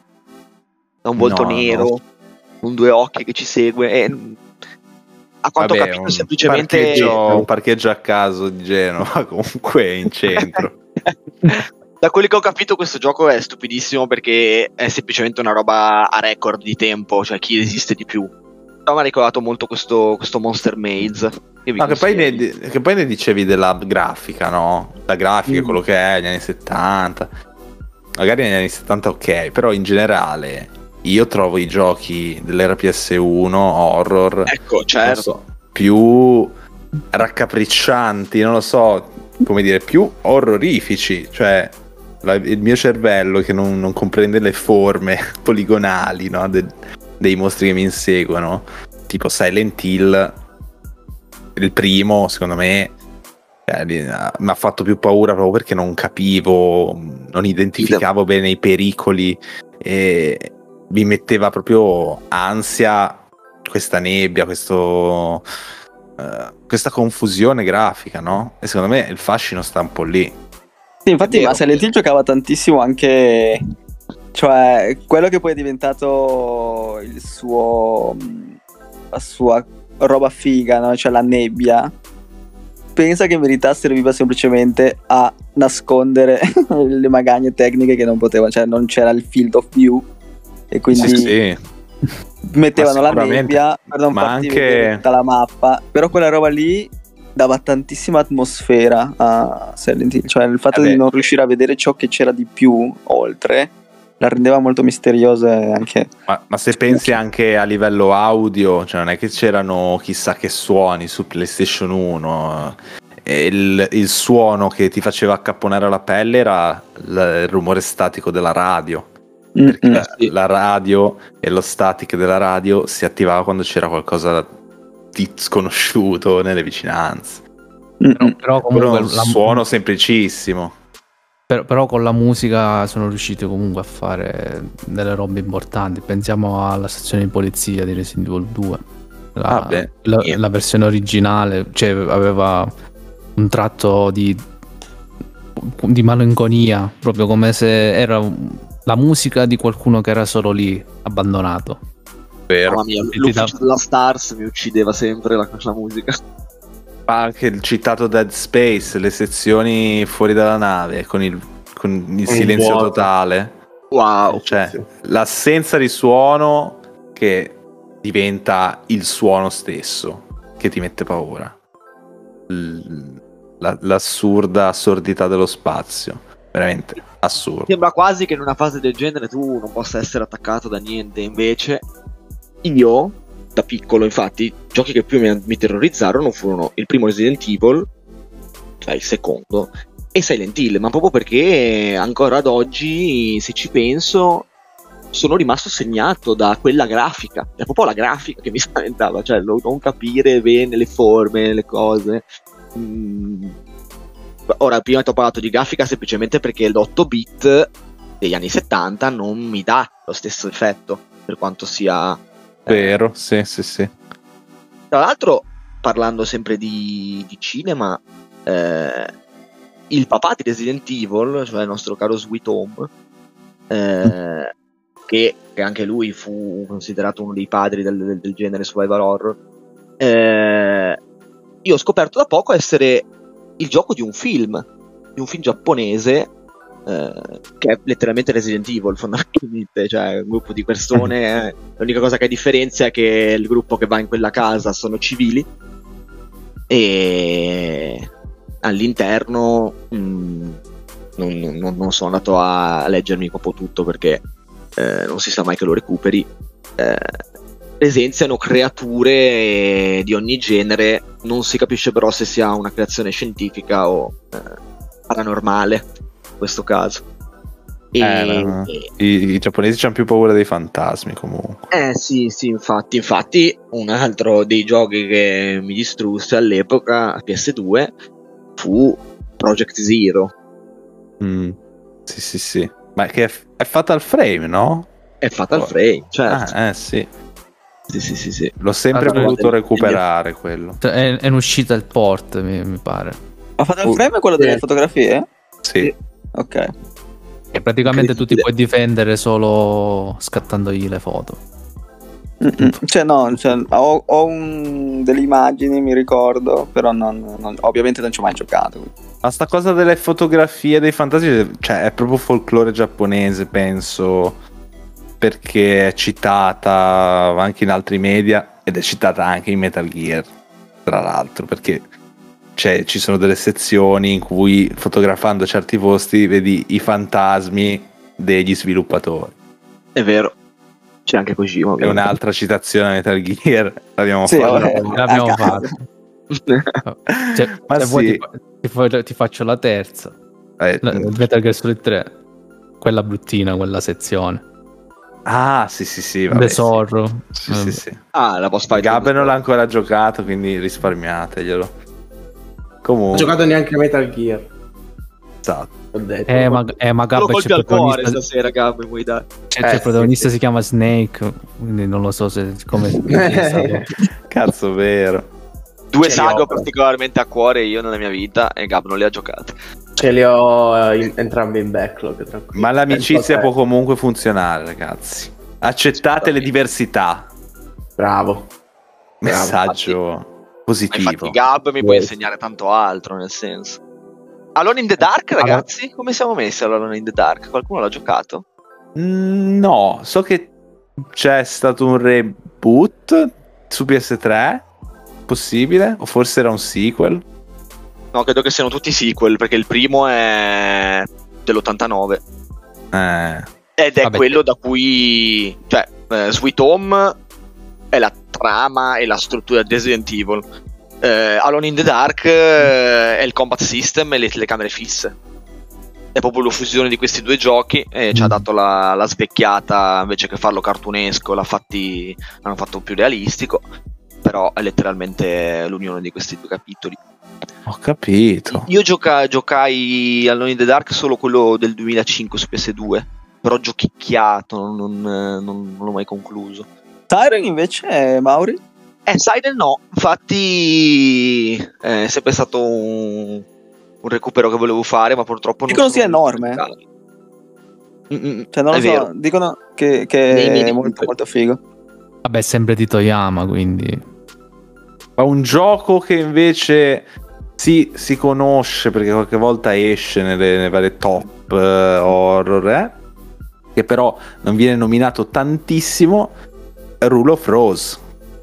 nero con due occhi che ci segue, e a quanto ho capito semplicemente un parcheggio a caso di Genova, comunque in centro. Da quello che ho capito questo gioco è stupidissimo perché è semplicemente una roba a record di tempo, cioè chi resiste di più. Però mi ha ricordato molto questo Monster Maze che poi ne dicevi della grafica, no? La grafica, quello che è negli anni 70, magari negli anni 70 ok, però in generale io trovo i giochi dell'RPS1 horror, ecco, certo, non so, più raccapriccianti, non lo so come dire, più horrorifici, cioè il mio cervello che non comprende le forme poligonali, no, dei mostri che mi inseguono, tipo Silent Hill, il primo secondo me mi ha fatto più paura proprio perché non capivo, non identificavo bene i pericoli e mi metteva proprio ansia questa nebbia, questa confusione grafica, no? E secondo me il fascino sta un po' lì. Sì, infatti, ma Silent Hill giocava tantissimo anche, cioè quello che poi è diventato la sua roba figa, no? Cioè la nebbia. Pensa che in verità serviva semplicemente a nascondere le magagne tecniche che non potevano, cioè non c'era il field of view e quindi sì. Mettevano la nebbia per non farti vedere tutta la mappa, però quella roba lì dava tantissima atmosfera a Silent Hill, cioè il fatto di non riuscire a vedere ciò che c'era di più oltre la rendeva molto misteriosa anche. Ma se pensi anche a livello audio, cioè non è che c'erano chissà che suoni su PlayStation 1, e il suono che ti faceva accapponare la pelle era il rumore statico della radio, perché la radio e lo static della radio si attivava quando c'era qualcosa di sconosciuto nelle vicinanze. Però comunque un suono semplicissimo. Però con la musica sono riusciti comunque a fare delle robe importanti. Pensiamo alla stazione di polizia di Resident Evil 2. La versione originale, cioè, aveva un tratto di malinconia, proprio come se era la musica di qualcuno che era solo lì, abbandonato. Vero. Mamma mia, l'ufficio della Stars mi uccideva sempre la musica. Anche il citato Dead Space, le sezioni fuori dalla nave con il silenzio vuoto. totale. Wow. Cioè, l'assenza di suono che diventa il suono stesso, che ti mette paura. L'assurda assurdità dello spazio. Veramente assurdo. Sembra quasi che in una fase del genere tu non possa essere attaccato da niente. Invece io, da piccolo, infatti, giochi che più mi terrorizzarono furono il primo Resident Evil, cioè il secondo, e Silent Hill, ma proprio perché ancora ad oggi, se ci penso, sono rimasto segnato da quella grafica. È proprio la grafica che mi spaventava, cioè non capire bene le forme, le cose. Ora, prima ti ho parlato di grafica semplicemente perché l'8 bit degli anni 70 non mi dà lo stesso effetto, per quanto sia Vero, sì. Tra l'altro, parlando sempre di cinema, il papà di Resident Evil, cioè il nostro caro Sweet Home, che anche lui fu considerato uno dei padri del genere survival horror, io ho scoperto da poco essere il gioco di un film giapponese, che è letteralmente Resident Evil fondamentalmente, cioè un gruppo di persone, l'unica cosa che differenzia è che il gruppo che va in quella casa sono civili e all'interno non sono andato a leggermi proprio tutto perché non si sa mai che lo recuperi. Presenziano creature di ogni genere, non si capisce però se sia una creazione scientifica o paranormale in questo caso. I giapponesi hanno più paura dei fantasmi comunque. Sì, infatti un altro dei giochi che mi distrusse all'epoca a PS2 fu Project Zero. Sì. Ma che è Fatal Frame, no? È Fatal Frame, certo. Sì. Sì. L'ho sempre voluto recuperare quello. È in uscita il port, mi pare. Ma Fatal Frame è quello delle fotografie? Sì. Ok. E praticamente tu ti puoi difendere solo scattandogli le foto. Ho delle immagini, mi ricordo, però ovviamente non ci ho mai giocato. Ma sta cosa delle fotografie dei fantasmi, cioè è proprio folklore giapponese, penso, perché è citata anche in altri media ed è citata anche in Metal Gear, tra l'altro, perché ci sono delle sezioni in cui fotografando certi posti vedi i fantasmi degli sviluppatori. È vero, c'è anche Kojima. È un'altra citazione a Metal Gear, l'abbiamo fatto. Ma se vuoi ti faccio la terza. Metal Gear Solid 3, quella bruttina, quella sezione. Sì, vabbè, The Zorro. Sì. La boss fight. Gabbe non l'ha ancora giocato, quindi risparmiateglielo. Comunque, non ho giocato neanche Metal Gear. Esatto. Ho detto. Ma Gabbe c'è il protagonista stasera, Gabbe, vuoi dare? il protagonista si chiama Snake, quindi non lo so se come cazzo, vero. Due saghe particolarmente a cuore io nella mia vita e Gab non le ha giocate. Ce li ho entrambi in backlog, tranquillo. Ma l'amicizia può comunque funzionare, ragazzi. Accettate le diversità. Bravo. Messaggio positivo. Infatti Gab mi può insegnare tanto altro, nel senso. Alone in the Dark, ragazzi? Come siamo messi all'Alone in the Dark? Qualcuno l'ha giocato? No, so che c'è stato un reboot su PS3, possibile? O forse era un sequel? No, credo che siano tutti sequel, perché il primo è dell'89. Ed è quello da cui... Cioè, Sweet Home è la trama e la struttura di Resident Evil. Alone in the Dark è il combat system e le telecamere fisse. È proprio la fusione di questi due giochi e ci ha dato la svecchiata, invece che farlo cartunesco l'hanno fatto più realistico, però è letteralmente l'unione di questi due capitoli. Ho capito. Io giocai Alone in the Dark solo quello del 2005 su PS2, però giochicchiato, non l'ho mai concluso. Siren invece, Mauri? Siren no, infatti è sempre stato un recupero che volevo fare, ma purtroppo dicono sia enorme. Cioè, non lo so, dicono che è molto molto figo. Vabbè, sempre di Toyama, quindi. Ma un gioco che invece si conosce perché qualche volta esce nelle varie top horror, che però non viene nominato tantissimo, Rule of Rose.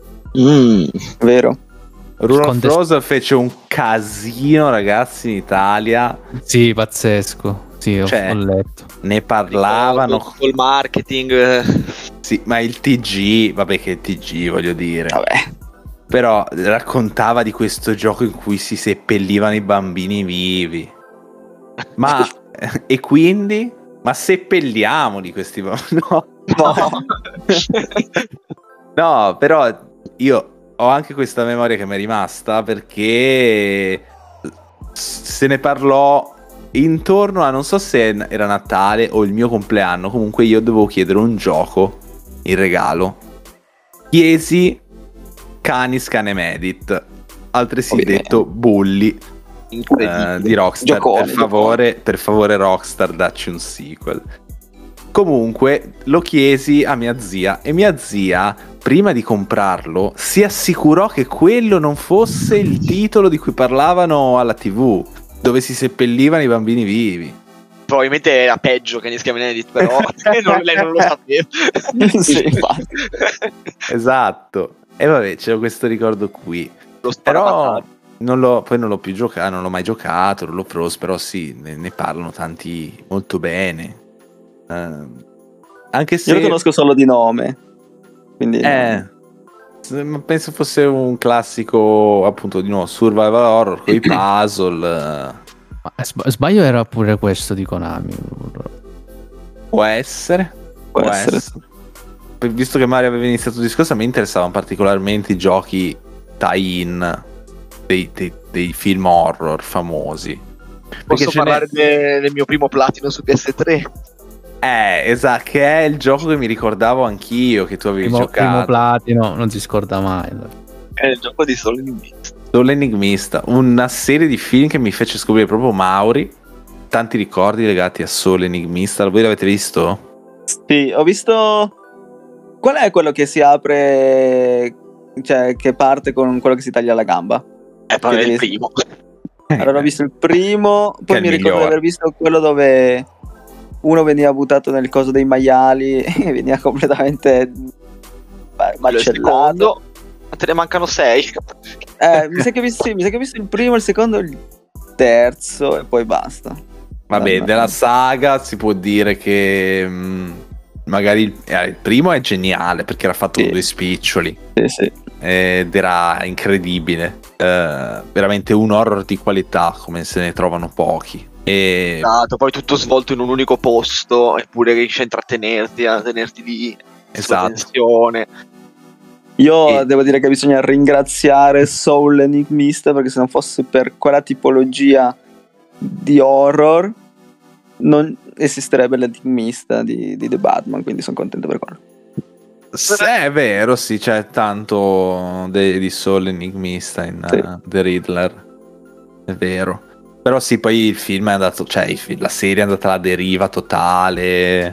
Vero. Rule of Rose fece un casino, ragazzi, in Italia. Sì, pazzesco. Sì, ho letto. Ne parlavano col marketing. Sì, ma il TG, vabbè che il TG, voglio dire. Vabbè. Però raccontava di questo gioco in cui si seppellivano i bambini vivi. Ma e quindi? Ma seppelliamoli questi bambini? No. No, però io ho anche questa memoria che mi è rimasta perché se ne parlò intorno a, non so se era Natale o il mio compleanno, comunque io dovevo chiedere un gioco in regalo. Chiesi Canis Canem Edit, altresì detto Bully, di Rockstar. Per favore Rockstar, dacci un sequel. Comunque lo chiesi a mia zia e mia zia, prima di comprarlo, si assicurò che quello non fosse il titolo di cui parlavano alla TV, dove si seppellivano i bambini vivi. Probabilmente era peggio che Canis Canem Edit, però lei non lo sapeva. Sì, infatti. Esatto. E vabbè, c'è questo ricordo qui. Però non l'ho più giocato, non l'ho mai giocato, non l'ho provato, però sì, ne parlano tanti molto bene. Anche se io lo conosco solo di nome, quindi penso fosse un classico, appunto, di nuovo survival horror con i puzzle. Sbaglio, era pure questo di Konami. Può essere. Visto che Mario aveva iniziato il discorso, mi interessavano particolarmente i giochi tie-in dei film horror famosi. Posso parlare del mio primo platino su PS3? Esatto, che è il gioco che mi ricordavo anch'io, che tu avevi giocato. Primo platino, non si scorda mai. È il gioco di Soul Enigmista. Soul Enigmista, una serie di film che mi fece scoprire proprio Mauri. Tanti ricordi legati a Soul Enigmista. Voi l'avete visto? Sì, ho visto. Qual è quello che si apre, cioè che parte con quello che si taglia la gamba? Proprio il primo. Allora ho visto il primo, poi mi ricordo di aver visto quello dove uno veniva buttato nel coso dei maiali e veniva completamente macellato. Ma te ne mancano 6. Mi sa che ho visto il primo, il secondo, il terzo e poi basta. Vabbè, della saga si può dire che magari il primo è geniale perché era fatto con 2 spiccioli. Sì. Ed era incredibile, veramente un horror di qualità come se ne trovano pochi. Esatto, poi tutto svolto in un unico posto, eppure riesce a intrattenerti, a tenerti lì. Esatto. Tensione. Io devo dire che bisogna ringraziare Soul Enigmista, perché se non fosse per quella tipologia di horror non esisterebbe l'Enigmista di The Batman, quindi sono contento per quello. Sì, è vero, sì, c'è tanto di Soul Enigmista in The Riddler, è vero. Però sì, poi il film è andato, cioè la serie è andata alla deriva totale.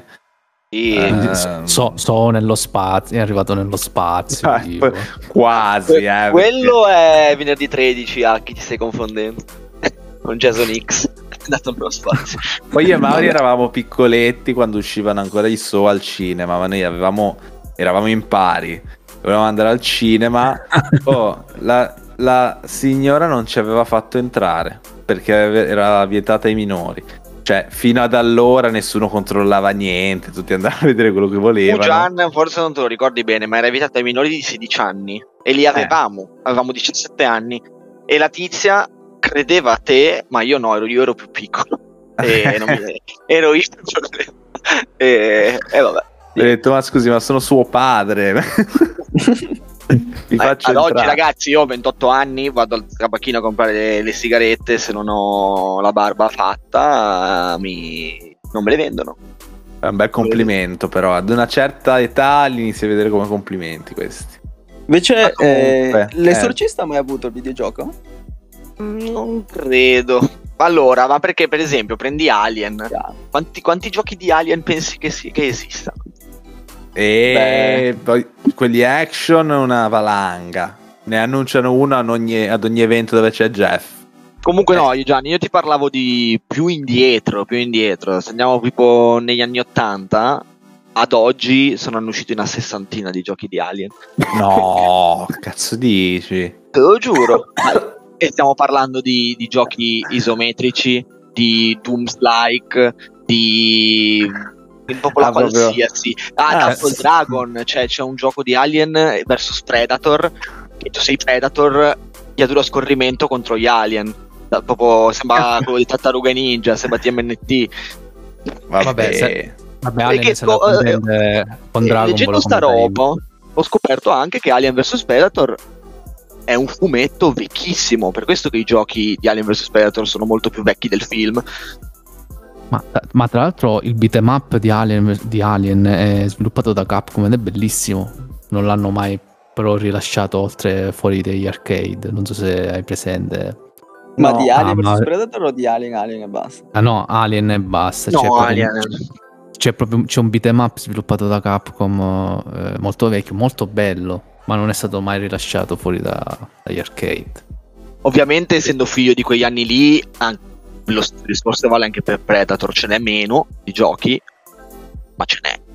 So nello spazio, è arrivato nello spazio. Quasi, quello è venerdì 13, chi ti stai confondendo? Con Jason X. Andato nello spazio. Poi io e Mauri eravamo piccoletti quando uscivano ancora i Saw al cinema, ma noi eravamo in pari, volevamo andare al cinema. La signora non ci aveva fatto entrare perché era vietata ai minori. Cioè, fino ad allora nessuno controllava niente, tutti andavano a vedere quello che volevano. Gian, forse non te lo ricordi bene, ma era vietata ai minori di 16 anni. E li avevamo 17 anni. E la tizia credeva a te, ma io no, io ero più piccolo. E ero io. E vabbè. Ho detto, ma scusi, ma sono suo padre. Ad oggi, ragazzi, io ho 28 anni, vado al tabacchino a comprare le sigarette, se non ho la barba fatta non me le vendono. È un bel complimento, però ad una certa età li inizi a vedere come complimenti questi. Invece l'Esorcista ha mai avuto il videogioco? Non credo. Allora, ma perché per esempio prendi Alien, quanti giochi di Alien pensi che esistano? E poi quelli action una valanga. Ne annunciano uno ad ogni evento dove c'è Jeff. Comunque no, Gianni, io ti parlavo di più indietro. Se andiamo tipo negli anni 80, ad oggi sono usciti una 60ina di giochi di Alien. No, cazzo dici? Te lo giuro. E stiamo parlando di giochi isometrici, di Dooms-like, di proprio la qualsiasi. Castle Dragon, cioè c'è un gioco di Alien vs Predator, e tu sei Predator, diaduro a scorrimento contro gli alien. Proprio sembra quello di Tartaruga Ninja, sembra TMNT. Vabbè, Alien se la comprende con Dragon Ball. Leggendo sta roba, ho scoperto anche che Alien vs Predator è un fumetto vecchissimo, per questo che i giochi di Alien vs Predator sono molto più vecchi del film. Ma tra l'altro il beat'em up di Alien è sviluppato da Capcom ed è bellissimo. Non l'hanno mai però rilasciato oltre fuori degli arcade. Non so se hai presente. Ma di Alien vs Predator o di Alien e basta? Ah no, Alien e basta. No, Alien. C'è un beat'em up sviluppato da Capcom molto vecchio, molto bello, ma non è stato mai rilasciato fuori dagli arcade. Ovviamente, essendo figlio di quegli anni lì, lo discorso vale anche per Predator. Ce n'è meno di giochi, ma ce n'è.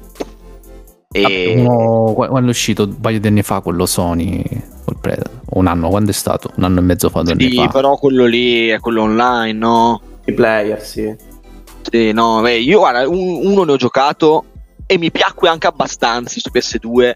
Quando è uscito un paio di anni fa quello Sony col Predator, un anno, quando è stato? Un anno e mezzo fa, 2 anni fa. Però quello lì è quello online, no? I player, sì. Sì, no, io guarda, uno ne ho giocato e mi piacque anche abbastanza su PS2,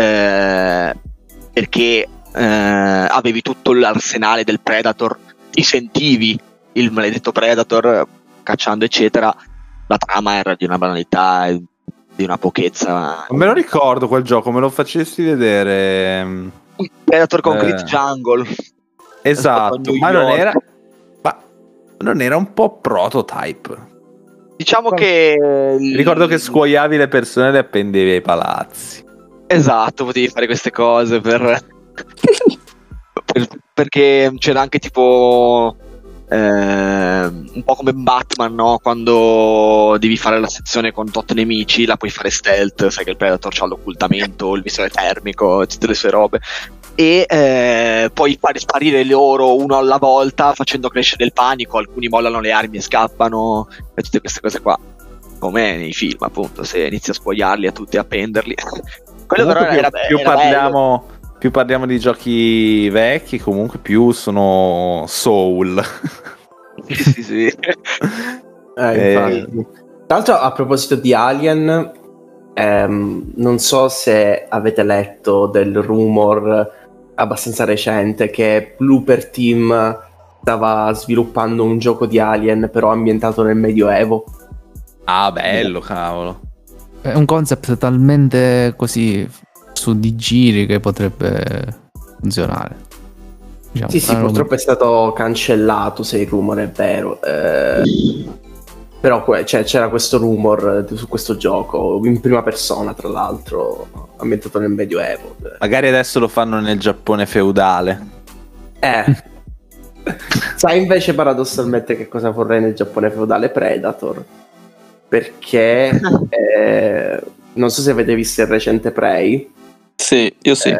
perché avevi tutto l'arsenale del Predator, ti sentivi il maledetto Predator cacciando eccetera. La trama era di una banalità, di una pochezza. Non me lo ricordo quel gioco, me lo facessi vedere. Predator Concrete Jungle. Esatto, ma non era un po' prototype. Diciamo che ricordo che scuoiavi le persone e le appendevi ai palazzi. Esatto, potevi fare queste cose perché c'era anche tipo un po' come Batman, no? Quando devi fare la sezione con tot nemici, la puoi fare stealth, sai che il Predator c'ha l'occultamento, il visore termico, tutte le sue robe, e puoi fare sparire loro uno alla volta facendo crescere il panico, alcuni mollano le armi e scappano, e tutte queste cose qua, come nei film appunto, se inizi a spogliarli a tutti, a appenderli. Quello però era bello. Più parliamo di giochi vecchi, comunque più sono Soul. Sì. Infatti. Tra l'altro, a proposito di Alien, non so se avete letto del rumor abbastanza recente che Blooper Team stava sviluppando un gioco di Alien però ambientato nel Medioevo. Ah, bello, cavolo. È un concept talmente così su di giri che potrebbe funzionare. Diciamo, sì, purtroppo è stato cancellato, se il rumore è vero. Però c'era questo rumor su questo gioco, in prima persona tra l'altro, ambientato nel Medioevo. Magari adesso lo fanno nel Giappone feudale. Sai invece paradossalmente che cosa vorrei nel Giappone feudale? Predator. Perché non so se avete visto il recente Prey. Sì, io sì.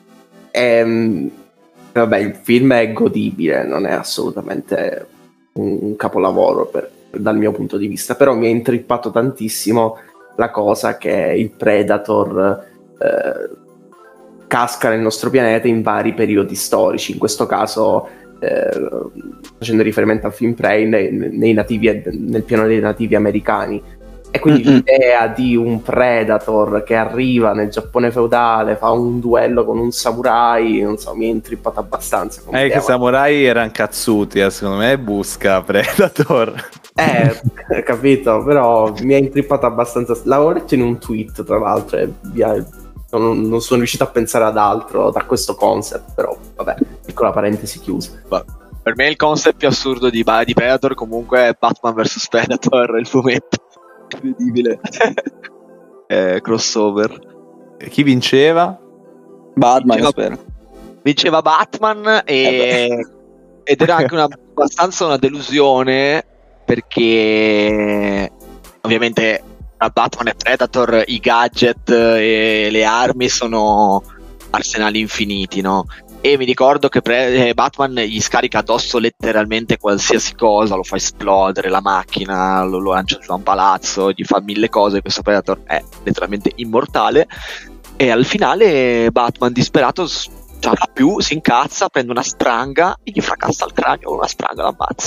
Vabbè, il film è godibile, non è assolutamente un capolavoro dal mio punto di vista, però mi ha intrippato tantissimo la cosa che il Predator casca nel nostro pianeta in vari periodi storici, in questo caso facendo riferimento al film Prey nel piano dei nativi americani. E quindi l'idea di un Predator che arriva nel Giappone feudale, fa un duello con un samurai, non so, mi è intrippata abbastanza. Che i samurai erano cazzuti, secondo me busca Predator. Capito, però mi ha intrippata abbastanza. L'avevo letto in un tweet, tra l'altro, e non sono riuscito a pensare ad altro da questo concept, però vabbè, piccola parentesi chiusa. Per me il concept più assurdo di Predator comunque è Batman vs Predator, il fumetto. Incredibile. Crossover. Chi vinceva? Batman, spero. Vinceva Batman ed era anche abbastanza una delusione, perché ovviamente tra Batman e Predator i gadget e le armi sono arsenali infiniti, no? E mi ricordo che Batman gli scarica addosso letteralmente qualsiasi cosa, lo fa esplodere la macchina, lo lancia su un palazzo, gli fa 1000 cose. Questo Predator è letteralmente immortale, e al finale Batman disperato già fa più, si incazza, prende una spranga e gli fracassa il cranio con una spranga, l'ammazza.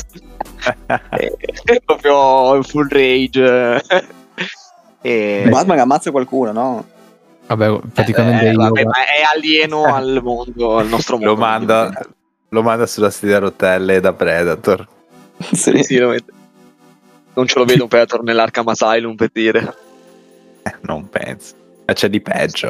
È proprio full rage. Batman ammazza qualcuno, no? Vabbè, praticamente ma è alieno al mondo, al nostro mondo. Lo manda sulla sedia a rotelle da Predator. Sì. Non ce lo vedo un Predator nell'Arkham Asylum, per dire. Non penso. Ma c'è di peggio,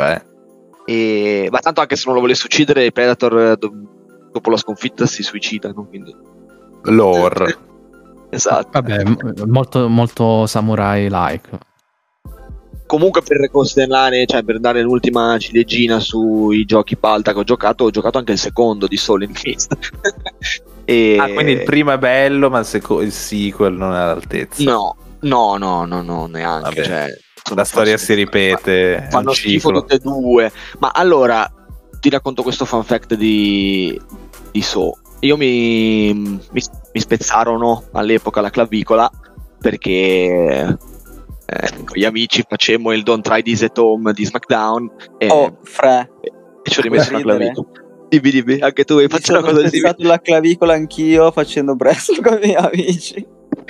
Ma tanto anche se non lo volesse uccidere, Predator dopo la sconfitta si suicida, no? Quindi... Lore. Esatto. Vabbè, molto, molto samurai-like. Comunque, per costellare, cioè per dare l'ultima ciliegina sui giochi Palta che ho giocato anche il secondo di Soul and Fist. Quindi il primo è bello, ma il sequel non è all'altezza. No, neanche. Cioè, la storia si ripete. Fanno schifo tutte e due. Ma allora, ti racconto questo fun fact di Soul. Io mi spezzarono all'epoca la clavicola perché... con gli amici facemmo il Don't Try This at Home di SmackDown e ci ho rimesso una clavicola. Dimmi, anche tu hai fatto una cosa simile. Ho spezzato la clavicola anch'io facendo wrestling con i miei amici.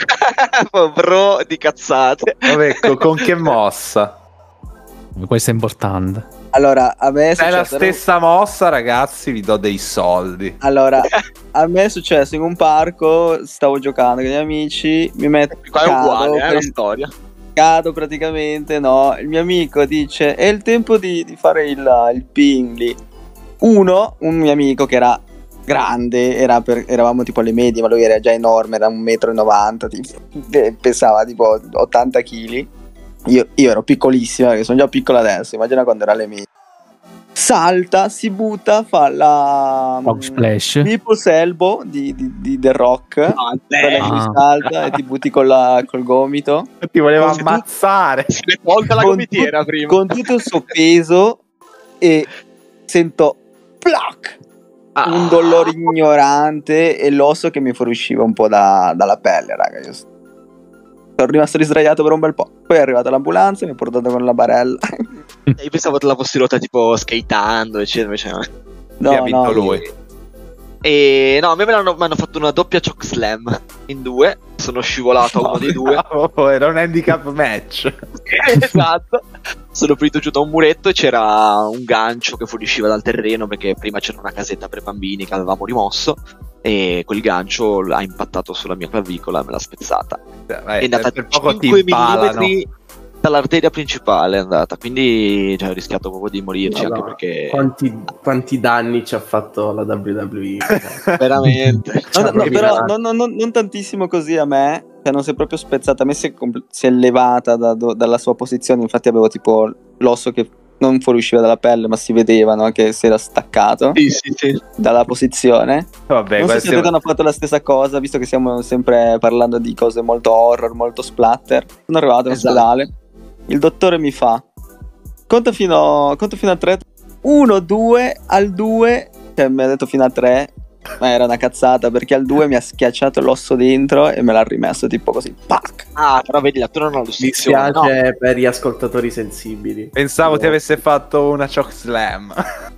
Bro di cazzate. Vabbè, con che mossa? Questo è importante. Allora, a me è la stessa mossa, ragazzi, vi do dei soldi. Allora, a me è successo in un parco, stavo giocando con gli amici, mi metto qua è uguale, è la storia. Cado praticamente, no? Il mio amico dice è il tempo di fare il ping lì. Un mio amico che era grande, eravamo tipo alle medie, ma lui era già enorme, era 1,90 m, pesava tipo 80 kg. Io ero piccolissima, perché sono già piccola adesso, immagina quando era alle medie. Salta, si butta, fa la Splash People's Elbow di The Rock. Salta e ti butti col gomito. Ti voleva ammazzare. Se ne tolta la gomitiera prima. Con tutto il suo peso, e sento plac, un dolore ignorante e l'osso che mi fuoriusciva un po' dalla pelle, raga. Io sono rimasto risdraiato per un bel po'. Poi è arrivata l'ambulanza e mi ha portato con la barella. Io pensavo te la fossi rotta tipo skateando, eccetera. Invece no, ha vinto lui. E no, a me mi hanno fatto una doppia choke slam in due. Sono scivolato a uno dei due. Era un handicap match. Esatto. Sono finito giù da un muretto e c'era un gancio che fuoriusciva dal terreno, perché prima c'era una casetta per bambini che avevamo rimosso, e quel gancio ha impattato sulla mia clavicola e me l'ha spezzata. È andata per 5 millimetri dall'arteria principale, è andata, quindi ho rischiato proprio di morirci. Anche perché quanti danni ci ha fatto la WWE. Veramente. Però non tantissimo così a me, cioè non si è proprio spezzata, a me si è levata dalla sua posizione. Infatti avevo tipo l'osso che non fuoriusciva dalla pelle, ma si vedeva, no? Che si era staccato sì. dalla posizione. Vabbè, non so se hanno fatto la stessa cosa, visto che stiamo sempre parlando di cose molto horror, molto splatter. Sono arrivato all'ospedale, il dottore mi fa conta fino a 3, 1, 2, al 2, cioè mi ha detto fino a 3, ma era una cazzata, perché al 2 mi ha schiacciato l'osso dentro e me l'ha rimesso tipo così, pac. Però vedi, la tua non ha lo Mi spiace per gli ascoltatori sensibili. Pensavo ti avesse fatto una choke slam.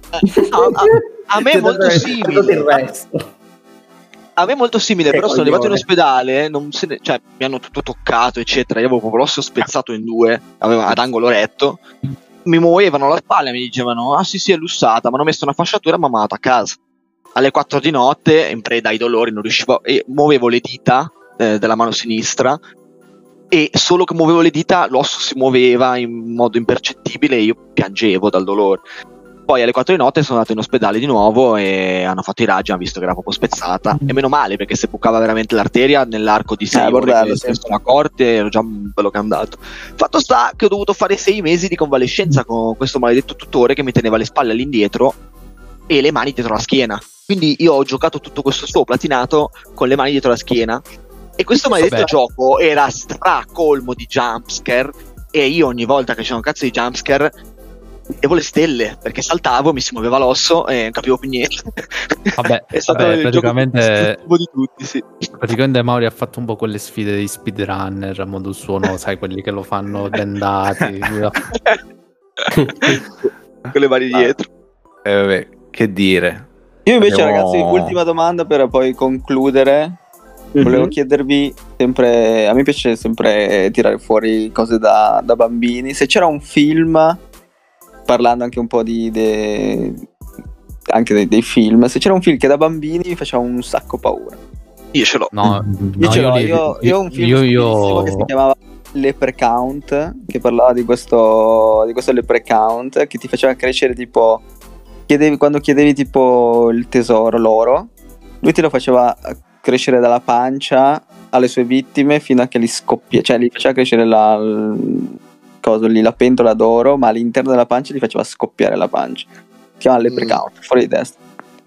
A me è molto simile. A me è molto simile, però sono arrivato in ospedale, cioè mi hanno tutto toccato, eccetera. Io avevo proprio l'osso spezzato in due, avevo ad angolo retto. Mi muovevano la spalla e mi dicevano: ah sì, è lussata, mi hanno messo una fasciatura e mi hanno mandato a casa. Alle 4 di notte, in preda ai dolori, non riuscivo, e muovevo le dita della mano sinistra, e solo che muovevo le dita l'osso si muoveva in modo impercettibile e io piangevo dal dolore. Poi alle 4 di notte sono andato in ospedale di nuovo e hanno fatto i raggi, hanno visto che era proprio spezzata, e meno male, perché se bucava veramente l'arteria nell'arco di 6 ore che sono accorte ero già bello candato. Fatto sta che ho dovuto fare 6 mesi di convalescenza con questo maledetto tutore che mi teneva le spalle all'indietro e le mani dietro la schiena. Quindi io ho giocato tutto questo show platinato con le mani dietro la schiena, e questo maledetto gioco era stracolmo di jumpscare, e io ogni volta che c'era un cazzo di jumpscare vedevo le stelle, perché saltavo, mi si muoveva l'osso e non capivo più niente. Vabbè, è stato vabbè, il praticamente gioco di tutti, sì. Praticamente Mauri ha fatto un po' quelle sfide di speedrunner a modo suo, no? Sai, quelli che lo fanno bendati. Con le mani dietro. Vabbè, che dire. Io invece, Abbiamo- ragazzi, ultima domanda per poi concludere. Volevo chiedervi sempre, a me piace sempre tirare fuori cose da bambini. Se c'era un film, parlando anche un po' anche dei film, se c'era un film che da bambini mi faceva un sacco paura. Io ce l'ho. No, Io ce l'ho, io ho un film bellissimo che si chiamava Leprechaun, che parlava di questo Leprechaun che ti faceva crescere, tipo quando chiedevi tipo il tesoro, l'oro, lui te lo faceva crescere dalla pancia alle sue vittime fino a che li scoppia, cioè li faceva crescere la pentola d'oro, ma all'interno della pancia li faceva scoppiare la pancia. Si chiama Leprechaun, fuori di testa.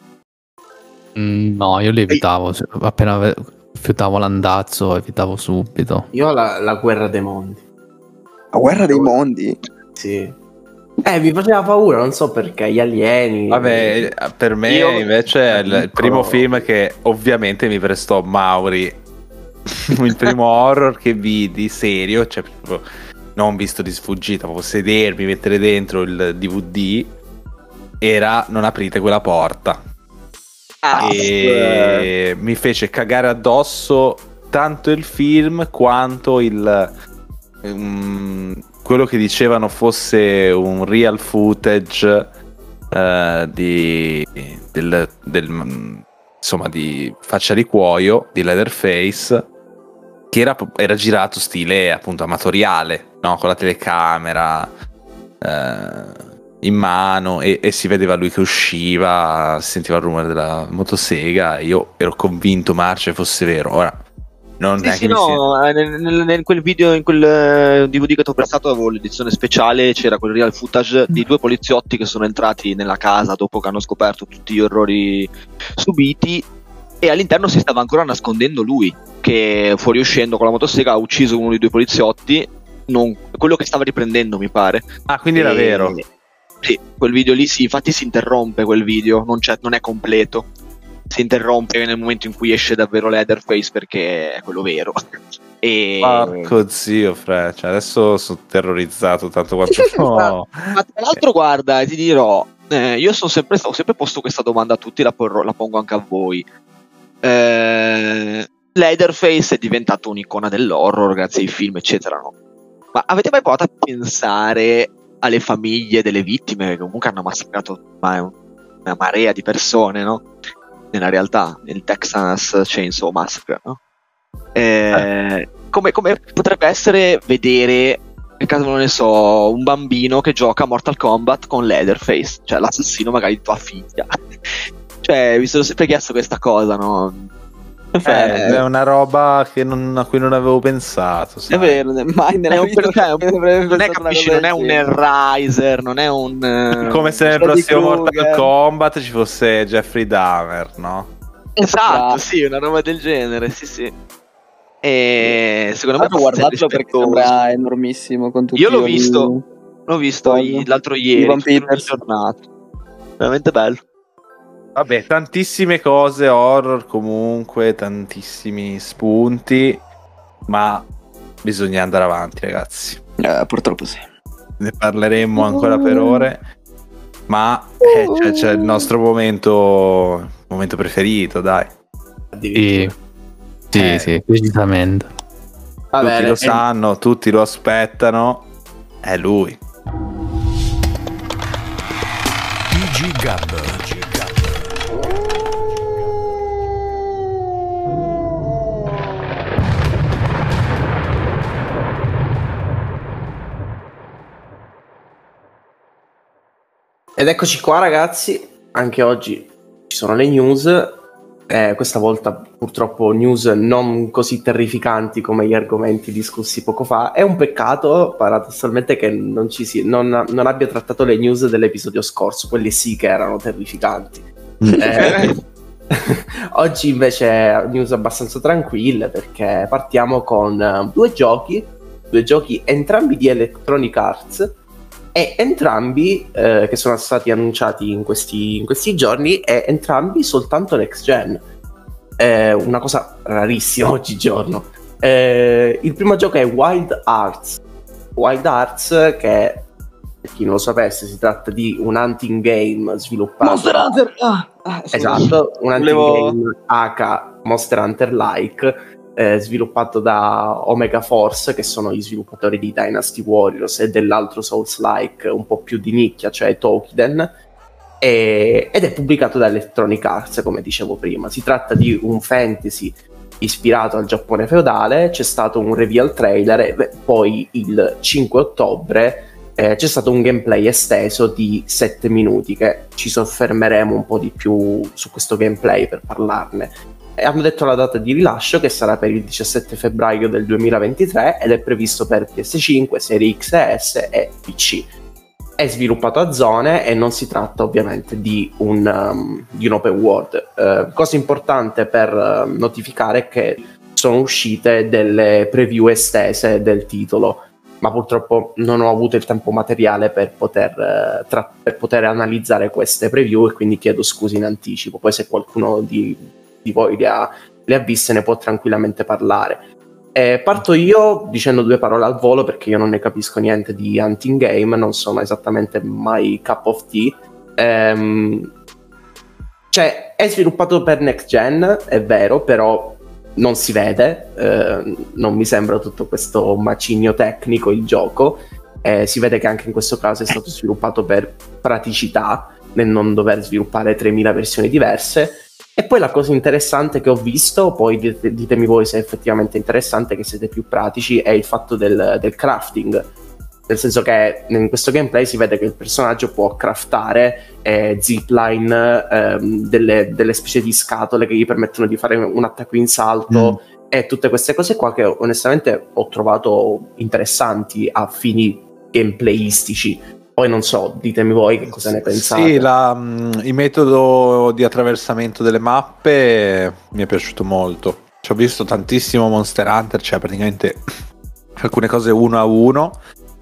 No, io li evitavo. Appena fiutavo l'andazzo, evitavo subito. Io ho la guerra dei mondi. La guerra dei mondi? Sì. Mi faceva paura, non so perché, gli alieni. Vabbè, per me Io- invece è il primo film che ovviamente mi prestò Mauri. Il primo horror che vidi serio, cioè proprio non visto di sfuggita, proprio sedermi, mettere dentro il DVD, era Non aprite quella porta. E mi fece cagare addosso tanto il film quanto quello che dicevano fosse un real footage insomma, di Faccia di Cuoio di Leatherface, che era girato stile appunto amatoriale, no? Con la telecamera in mano e si vedeva lui che usciva, si sentiva il rumore della motosega e io ero convinto Marce fosse vero. Ora non è Sì, che in quel video, in quel DVD che ti ho prestato, avevo l'edizione speciale, c'era quel real footage di due poliziotti che sono entrati nella casa dopo che hanno scoperto tutti gli orrori subiti, e all'interno si stava ancora nascondendo lui, che fuoriuscendo con la motosega ha ucciso uno dei due poliziotti, quello che stava riprendendo, mi pare. quindi era vero. Sì, quel video lì, sì, infatti si interrompe quel video, non è completo. Si interrompe nel momento in cui esce davvero Leatherface, perché è quello vero. E Porco zio, cioè, adesso sono terrorizzato tanto quanto no. Ma tra l'altro, guarda, ti dirò, io ho sempre posto questa domanda a tutti, la pongo anche a voi. Leatherface è diventato un'icona dell'horror grazie ai film, eccetera, no? Ma avete mai provato a pensare alle famiglie delle vittime che comunque hanno massacrato una marea di persone, no? Nella realtà, nel Texas Chainsaw Massacre, no? Come potrebbe essere vedere, nel caso non ne so, un bambino che gioca a Mortal Kombat con Leatherface, cioè l'assassino magari di tua figlia. Cioè, mi sono sempre chiesto questa cosa, no? È una roba a cui non avevo pensato, sai. È vero, mai nella vita non è, capisci, non è un Hellraiser, non è un come se nel prossimo Mortal Kombat ci fosse Jeffrey Dahmer, no? Esatto, sì, una roba del genere, sì. E secondo me guardatelo perché sembra enormissimo con tutti. Io l'ho visto l'altro ieri, Ivan Peters. giornata. Veramente bello. Vabbè, tantissime cose horror comunque, tantissimi spunti, ma bisogna andare avanti, ragazzi. Purtroppo sì. Ne parleremo ancora per ore, ma c'è il nostro momento preferito, dai. Sì, decisamente. Tutti lo sanno, tutti lo aspettano, è lui. TG Gab. Ed eccoci qua, ragazzi, anche oggi ci sono le news, questa volta purtroppo news non così terrificanti come gli argomenti discussi poco fa. È un peccato paradossalmente che non abbia trattato le news dell'episodio scorso, quelli sì che erano terrificanti. Oggi invece news abbastanza tranquille, perché partiamo con due giochi due giochi, entrambi di Electronic Arts, e entrambi che sono stati annunciati in questi giorni, e entrambi soltanto next gen. Una cosa rarissima oggigiorno. Il primo gioco è Wild Arts, che per chi non lo sapesse si tratta di un hunting game sviluppato Monster Hunter! Esatto, un hunting game H Monster Hunter like, sviluppato da Omega Force, che sono gli sviluppatori di Dynasty Warriors e dell'altro Souls-like un po' più di nicchia, cioè Tokiden, ed è pubblicato da Electronic Arts, come dicevo prima. Si tratta di un fantasy ispirato al Giappone feudale. C'è stato un reveal trailer e poi il 5 ottobre c'è stato un gameplay esteso di 7 minuti, che ci soffermeremo un po' di più su questo gameplay per parlarne. E hanno detto la data di rilascio, che sarà per il 17 febbraio del 2023, ed è previsto per PS5, Serie X e S e PC. È sviluppato a zone e non si tratta ovviamente di un open world. Cosa importante per notificare è che sono uscite delle preview estese del titolo, ma purtroppo non ho avuto il tempo materiale per poter analizzare queste preview, e quindi chiedo scusi in anticipo. Poi se qualcuno di voi le ha viste ne può tranquillamente parlare. Parto io dicendo due parole al volo, perché io non ne capisco niente di hunting game, non sono esattamente my cup of tea. Cioè, è sviluppato per next gen, è vero, però non si vede, non mi sembra tutto questo macigno tecnico il gioco. Si vede che anche in questo caso è stato sviluppato per praticità, nel non dover sviluppare 3000 versioni diverse. E poi la cosa interessante che ho visto, poi ditemi voi se è effettivamente interessante, che siete più pratici, è il fatto del crafting. Nel senso che in questo gameplay si vede che il personaggio può craftare zipline, delle specie di scatole che gli permettono di fare un attacco in salto, e tutte queste cose qua che onestamente ho trovato interessanti a fini gameplayistici. Poi non so, ditemi voi che cosa ne pensate. Sì, il metodo di attraversamento delle mappe mi è piaciuto molto. Ci ho visto tantissimo Monster Hunter, cioè praticamente alcune cose uno a uno.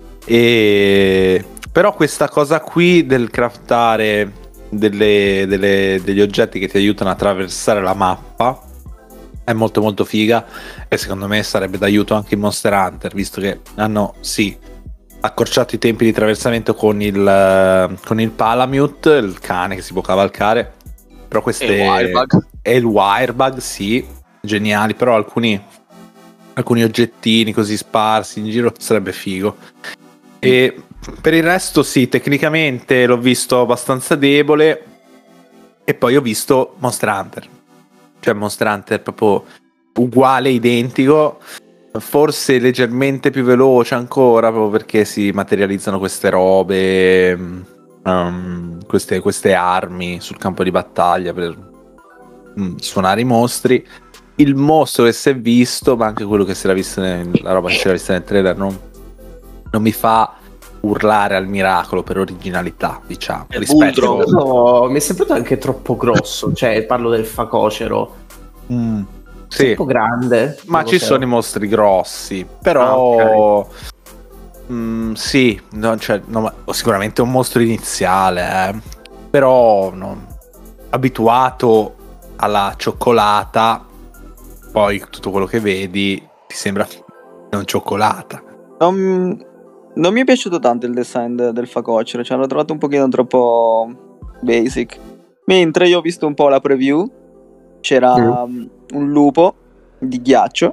Però questa cosa qui del craftare degli oggetti che ti aiutano a attraversare la mappa è molto molto figa, e secondo me sarebbe d'aiuto anche in Monster Hunter, visto che hanno accorciato i tempi di attraversamento con il Palamute, il cane che si può cavalcare. Però queste e il Wirebug, sì, geniali, però alcuni oggettini così sparsi in giro sarebbe figo. E per il resto sì, tecnicamente l'ho visto abbastanza debole. E poi ho visto Monster Hunter, cioè Monster Hunter proprio uguale, identico, forse leggermente più veloce ancora, proprio perché si materializzano queste robe, queste armi sul campo di battaglia per suonare i mostri. Il mostro che si è visto, ma anche quello che si era visto la roba che si era vista nel trailer, non mi fa urlare al miracolo per originalità, diciamo. No, mi è sembrato anche troppo grosso, cioè parlo del facocero. Sì, un po' grande, ma ci sono i mostri grossi, però sì, sicuramente un mostro iniziale, però abituato alla cioccolata, poi tutto quello che vedi ti sembra non cioccolata. Non mi è piaciuto tanto il design del facocero, cioè l'ho trovato un pochino troppo basic. Mentre io ho visto un po' la preview, c'era un lupo di ghiaccio,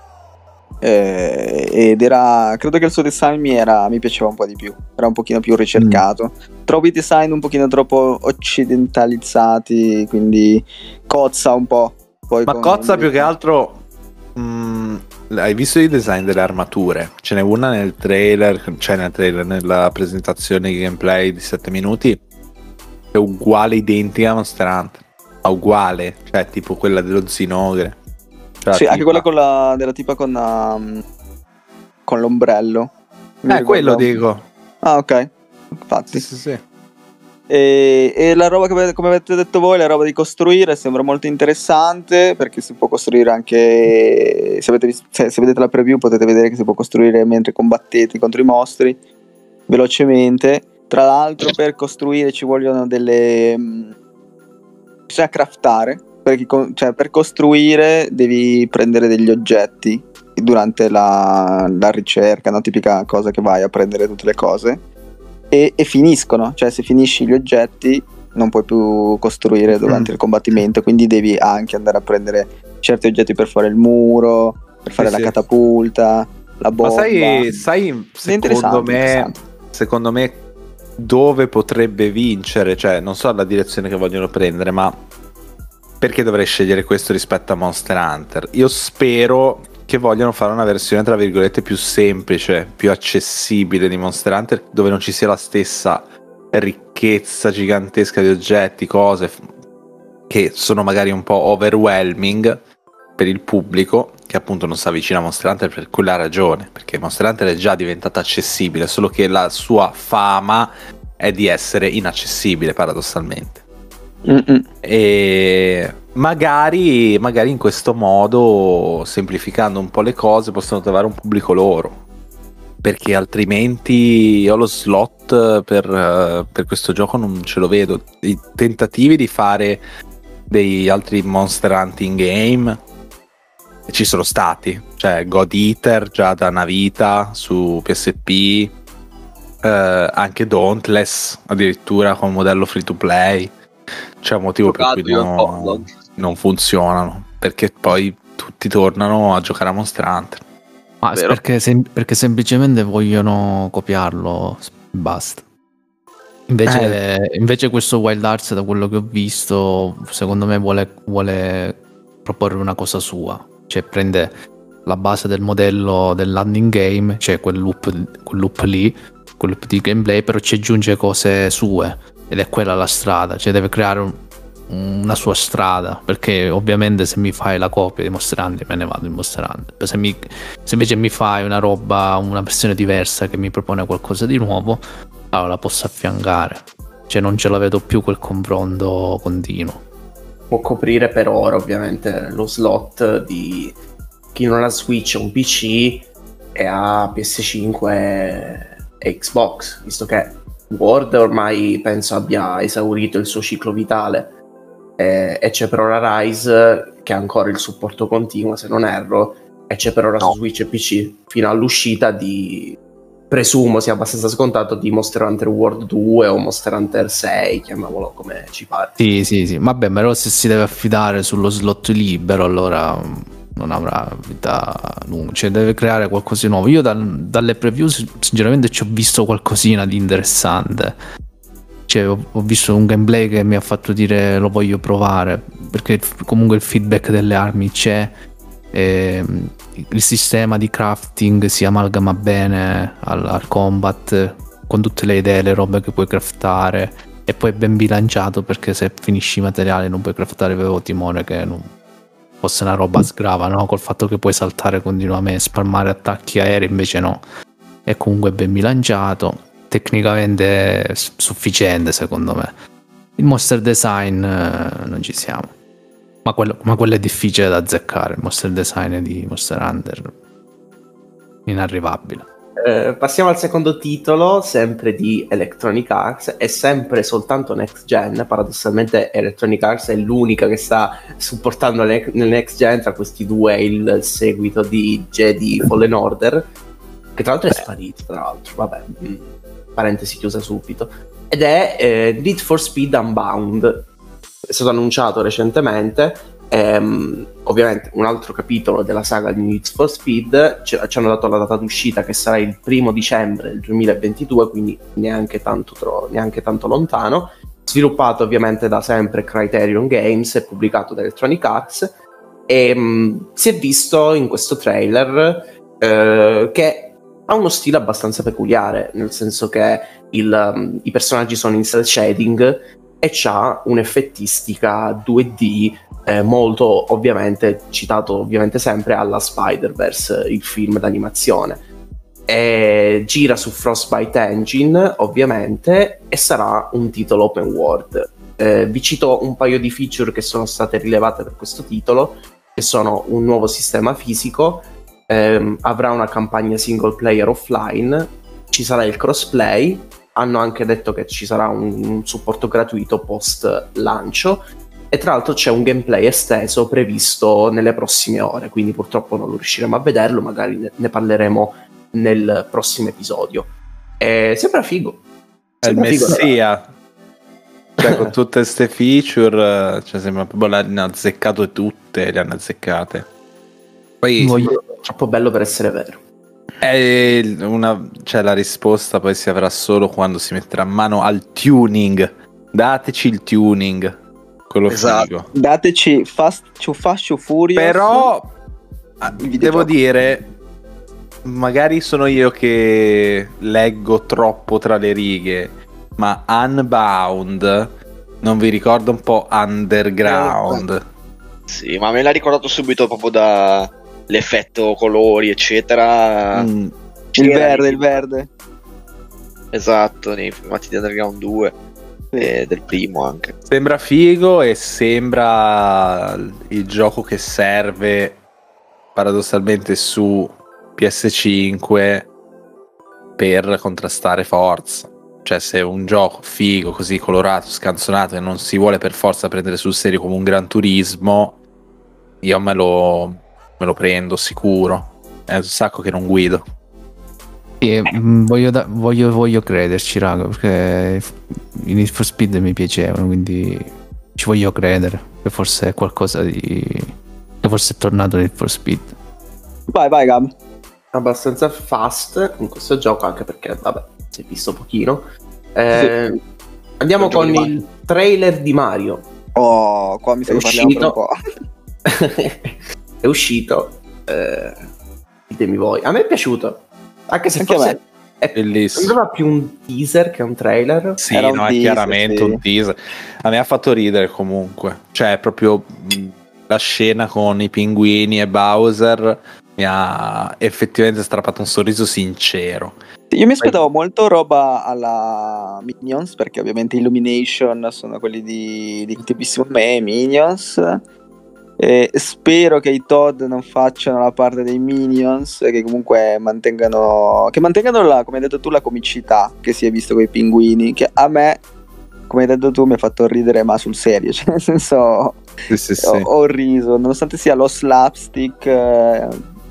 ed era, credo che il suo design mi piaceva un po' di più, era un pochino più ricercato. Trovo i design un pochino troppo occidentalizzati, quindi cozza un po'. Poi ma cozza più che altro. Hai visto i design delle armature? Ce n'è una nel trailer, nella presentazione di gameplay di 7 minuti, è uguale, identica a Monster Hunter, ma uguale, cioè tipo quella dello Zinogre, cioè sì, anche quella della tipa con l'ombrello. Quello dico. Ah, ok, infatti. Sì. E la roba che come avete detto voi, la roba di costruire sembra molto interessante, perché si può costruire anche, se vedete la preview potete vedere che si può costruire mentre combattete contro i mostri velocemente. Tra l'altro per costruire ci vogliono bisogna craftare, perché per costruire devi prendere degli oggetti durante la ricerca, no? Tipica cosa che vai a prendere tutte le cose e finiscono, cioè se finisci gli oggetti non puoi più costruire durante il combattimento, quindi devi anche andare a prendere certi oggetti per fare il muro, per fare la catapulta, la bomba. Ma sai secondo me dove potrebbe vincere, cioè non so la direzione che vogliono prendere, ma perché dovrei scegliere questo rispetto a Monster Hunter? Io spero che vogliono fare una versione tra virgolette più semplice, più accessibile di Monster Hunter, dove non ci sia la stessa ricchezza gigantesca di oggetti, cose che sono magari un po' overwhelming per il pubblico che appunto non si avvicina a Monster Hunter per quella ragione, perché Monster Hunter è già diventata accessibile, solo che la sua fama è di essere inaccessibile paradossalmente. E magari in questo modo, semplificando un po' le cose, possono trovare un pubblico loro, perché altrimenti io lo slot per questo gioco non ce lo vedo. I tentativi di fare dei altri Monster Hunting game ci sono stati, cioè God Eater già da una vita su PSP, anche Dauntless addirittura con modello free to play. C'è un motivo per cui non funzionano, perché poi tutti tornano a giocare a Monster Hunter. Ma perché semplicemente vogliono copiarlo, basta. Invece questo Wild Arts, da quello che ho visto, secondo me vuole proporre una cosa sua, cioè prende la base del modello del landing game, cioè quel loop di gameplay, però ci aggiunge cose sue, ed è quella la strada, cioè deve creare una sua strada, perché ovviamente se mi fai la copia di Monster Hunter me ne vado in Monster Hunter, se invece mi fai una versione diversa che mi propone qualcosa di nuovo, allora la posso affiancare, cioè non ce la vedo più quel confronto continuo. Può coprire per ora ovviamente lo slot di chi non ha Switch o un PC e ha PS5 e Xbox, visto che World ormai penso abbia esaurito il suo ciclo vitale, e c'è per ora Rise che ha ancora il supporto continuo, se non erro, e c'è per ora su Switch e PC fino all'uscita di, presumo sia abbastanza scontato, di Monster Hunter World 2 o Monster Hunter 6, chiamiamolo come ci pare. Sì, vabbè, però se si deve affidare sullo slot libero allora non avrà vita lunga, cioè deve creare qualcosa di nuovo. Io dalle preview sinceramente ci ho visto qualcosina di interessante, cioè ho visto un gameplay che mi ha fatto dire lo voglio provare, perché comunque il feedback delle armi c'è, il sistema di crafting si amalgama bene al combat, con tutte le idee, le robe che puoi craftare, e poi è ben bilanciato, perché se finisci i materiali non puoi craftare. Avevo timore che non fosse una roba sgrava, no? Col fatto che puoi saltare continuamente, spalmare attacchi aerei, invece no, è comunque ben bilanciato, tecnicamente è sufficiente secondo me. Il monster design non ci siamo, ma quello è difficile da azzeccare, il monster design di Monster Hunter inarrivabile. Passiamo al secondo titolo, sempre di Electronic Arts, è sempre soltanto next gen. Paradossalmente Electronic Arts è l'unica che sta supportando nel next gen, tra questi due il seguito di Jedi Fallen Order, che tra l'altro è sparito, vabbè, parentesi chiusa subito, ed è Need for Speed Unbound. È stato annunciato recentemente. Ovviamente un altro capitolo della saga di Need for Speed. Ci hanno dato la data d'uscita, che sarà il 1° dicembre del 2022, quindi neanche tanto lontano. Sviluppato ovviamente da sempre Criterion Games e pubblicato da Electronic Arts, e si è visto in questo trailer che ha uno stile abbastanza peculiare, nel senso che i personaggi sono in cel shading e c'ha un'effettistica 2D molto, ovviamente citato ovviamente sempre alla Spider-Verse, il film d'animazione. gira su Frostbite Engine, ovviamente, e sarà un titolo open world. Vi cito un paio di feature che sono state rilevate per questo titolo, che sono un nuovo sistema fisico, avrà una campagna single player offline, ci sarà il crossplay, hanno anche detto che ci sarà un supporto gratuito post lancio, e tra l'altro c'è un gameplay esteso previsto nelle prossime ore, quindi purtroppo non riusciremo a vederlo, magari ne parleremo nel prossimo episodio. Sembra figo. È il messia. Cioè, con tutte queste feature, cioè, sembra proprio le hanno azzeccate tutte, le hanno azzeccate. Poi troppo bello per essere vero. Cioè, la risposta poi si avrà solo quando si metterà a mano al tuning. Dateci il tuning. Quello figo. Dateci Fast Furious. Però devo dire, magari sono io che leggo troppo tra le righe, ma Unbound non vi ricorda un po' Underground? Sì, ma me l'ha ricordato subito proprio dall'effetto colori, eccetera. Il verde. Esatto, nei filmati di Underground 2 e del primo anche. Sembra figo e sembra il gioco che serve paradossalmente su PS5 per contrastare Forza. Cioè, se un gioco figo, così colorato, scanzonato, e non si vuole per forza prendere sul serio come un Gran Turismo, io me lo prendo sicuro. È un sacco che non guido. Voglio crederci, raga, perché i Need for Speed mi piacevano, quindi ci voglio credere che forse è qualcosa che forse è tornato Need for Speed. Vai Gab. Abbastanza fast in questo gioco, anche perché vabbè, si è visto pochino. Andiamo con il trailer di Mario. Oh, qua mi sa che parliamo per un po'. È uscito, ditemi voi. A me è piaciuto, anche se anche forse è bellissimo. Sembrava più un teaser che un trailer. Sì, no, è chiaramente un teaser. A me ha fatto ridere comunque. Cioè, proprio la scena con i pinguini e Bowser mi ha effettivamente strappato un sorriso sincero. Io mi aspettavo molto roba alla Minions, perché ovviamente Illumination sono quelli di tipissimo me, Minions. E spero che i Todd non facciano la parte dei Minions, che comunque mantengano come hai detto tu, la comicità che si è visto con i pinguini, che a me, come hai detto tu, mi ha fatto ridere, ma sul serio, cioè nel senso sì. Ho riso, nonostante sia lo slapstick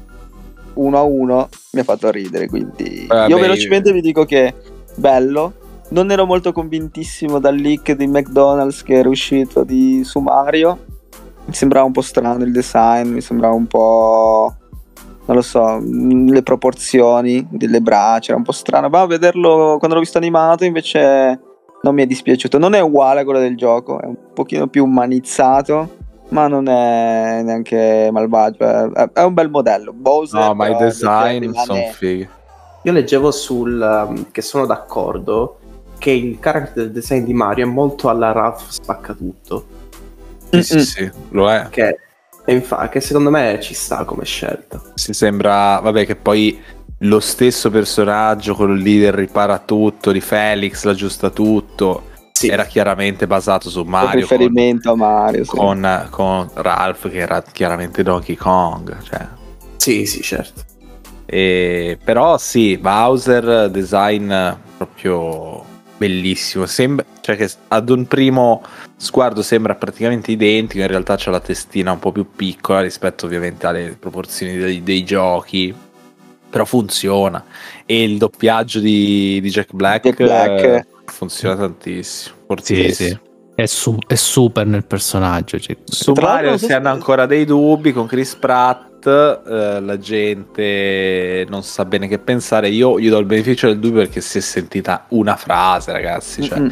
1-1, mi ha fatto ridere, quindi io velocemente vi dico che bello. Non ero molto convintissimo dal leak di McDonald's che era uscito su Mario. Mi sembrava un po' strano il design, mi sembrava un po', non lo so, le proporzioni delle braccia, era un po' strano, ma a vederlo quando l'ho visto animato invece non mi è dispiaciuto. Non è uguale a quello del gioco, è un pochino più umanizzato, ma non è neanche malvagio, è un bel modello. Bowser, no, ma i design sono fighi. Io leggevo che sono d'accordo che il character design di Mario è molto alla Ralph Spaccatutto. Sì, lo è. Che secondo me ci sta come scelta. Si sembra, vabbè, che poi lo stesso personaggio, quello lì del ripara tutto, di Felix, l'aggiusta tutto, sì, era chiaramente basato su Mario. Con riferimento a Mario, sì. Con Ralph, che era chiaramente Donkey Kong, cioè. Sì, certo. Però sì, Bowser, design proprio bellissimo. Sembra, cioè, che ad un primo sguardo sembra praticamente identico, in realtà c'ha la testina un po' più piccola rispetto ovviamente alle proporzioni dei giochi, però funziona. E il doppiaggio di Jack Black funziona tantissimo, sì. È super nel personaggio. Su Mario si hanno ancora dei dubbi. Con Chris Pratt la gente non sa bene che pensare. Io gli do il beneficio del dubbio perché si è sentita una frase, ragazzi, cioè,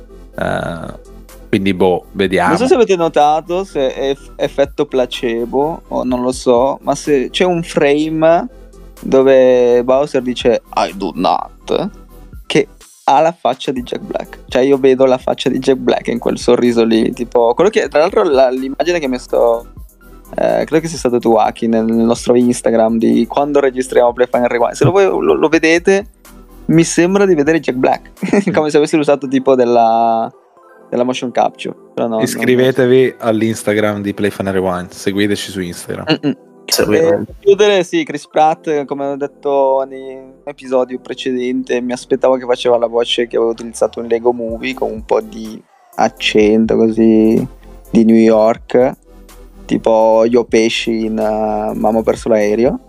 quindi vediamo. Non so se avete notato se è effetto placebo o non lo so, ma se c'è un frame dove Bowser dice I do not, che ha la faccia di Jack Black, cioè io vedo la faccia di Jack Black in quel sorriso lì, tipo quello che tra l'altro l'immagine che mi sto credo che sia stato tu, Aki, nel nostro Instagram di quando registriamo Play Final Rewind. Se voi lo vedete, mi sembra di vedere Jack Black, come se avessi usato tipo della motion capture. Però no, Iscrivetevi all'Instagram di Play Final Rewind, seguiteci su Instagram. Per chiudere, sì, Chris Pratt, come ho detto in episodio precedente, mi aspettavo che faceva la voce che avevo utilizzato in Lego Movie, con un po' di accento così di New York, tipo Io Pesci in Mamma ho perso l'aereo,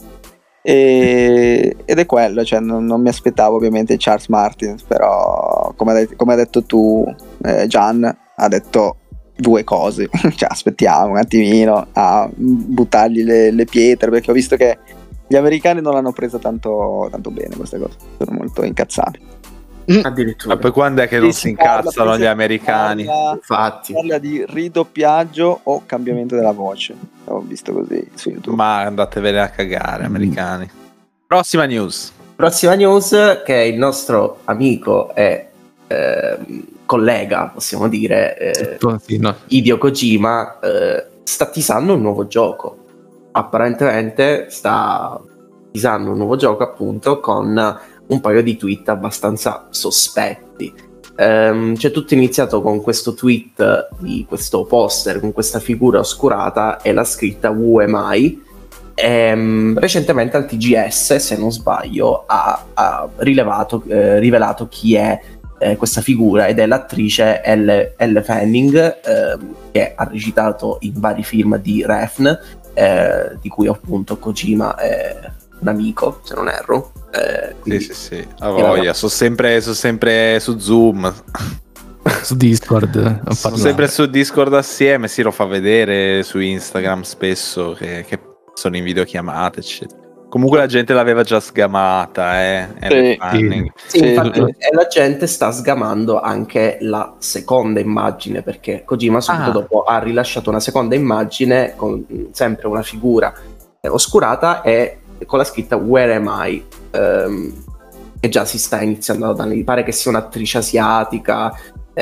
ed è quello, cioè non mi aspettavo ovviamente Charles Martin, però come hai detto tu, Gian ha detto due cose, cioè aspettiamo un attimino a buttargli le pietre, perché ho visto che gli americani non l'hanno presa tanto bene questa cosa, sono molto incazzati. Addirittura. Ma poi quando è che non si incazzano gli americani? Infatti Parla di ridoppiaggio o cambiamento della voce, ho visto così su YouTube. Ma andatevene a cagare, americani. Prossima news, che il nostro amico e collega, possiamo dire, Hideo Kojima, sta teasando un nuovo gioco. Apparentemente sta teasando un nuovo gioco, appunto, con un paio di tweet abbastanza sospetti. C'è tutto iniziato con questo tweet di questo poster con questa figura oscurata e la scritta Who am I? Recentemente al TGS, se non sbaglio, ha rivelato chi è questa figura, ed è l'attrice Elle Fanning, che ha recitato in vari film di Refn, di cui appunto Kojima è un amico, se non erro. Sì, a voglia, sono sempre su Zoom, su Discord, sono sempre su Discord assieme, si lo fa vedere su Instagram spesso che sono in videochiamate, eccetera. Comunque la gente l'aveva già sgamata, infatti, e la gente sta sgamando anche la seconda immagine, perché Kojima subito dopo ha rilasciato una seconda immagine con sempre una figura oscurata e con la scritta Where am I? E già si sta iniziando mi pare che sia un'attrice asiatica,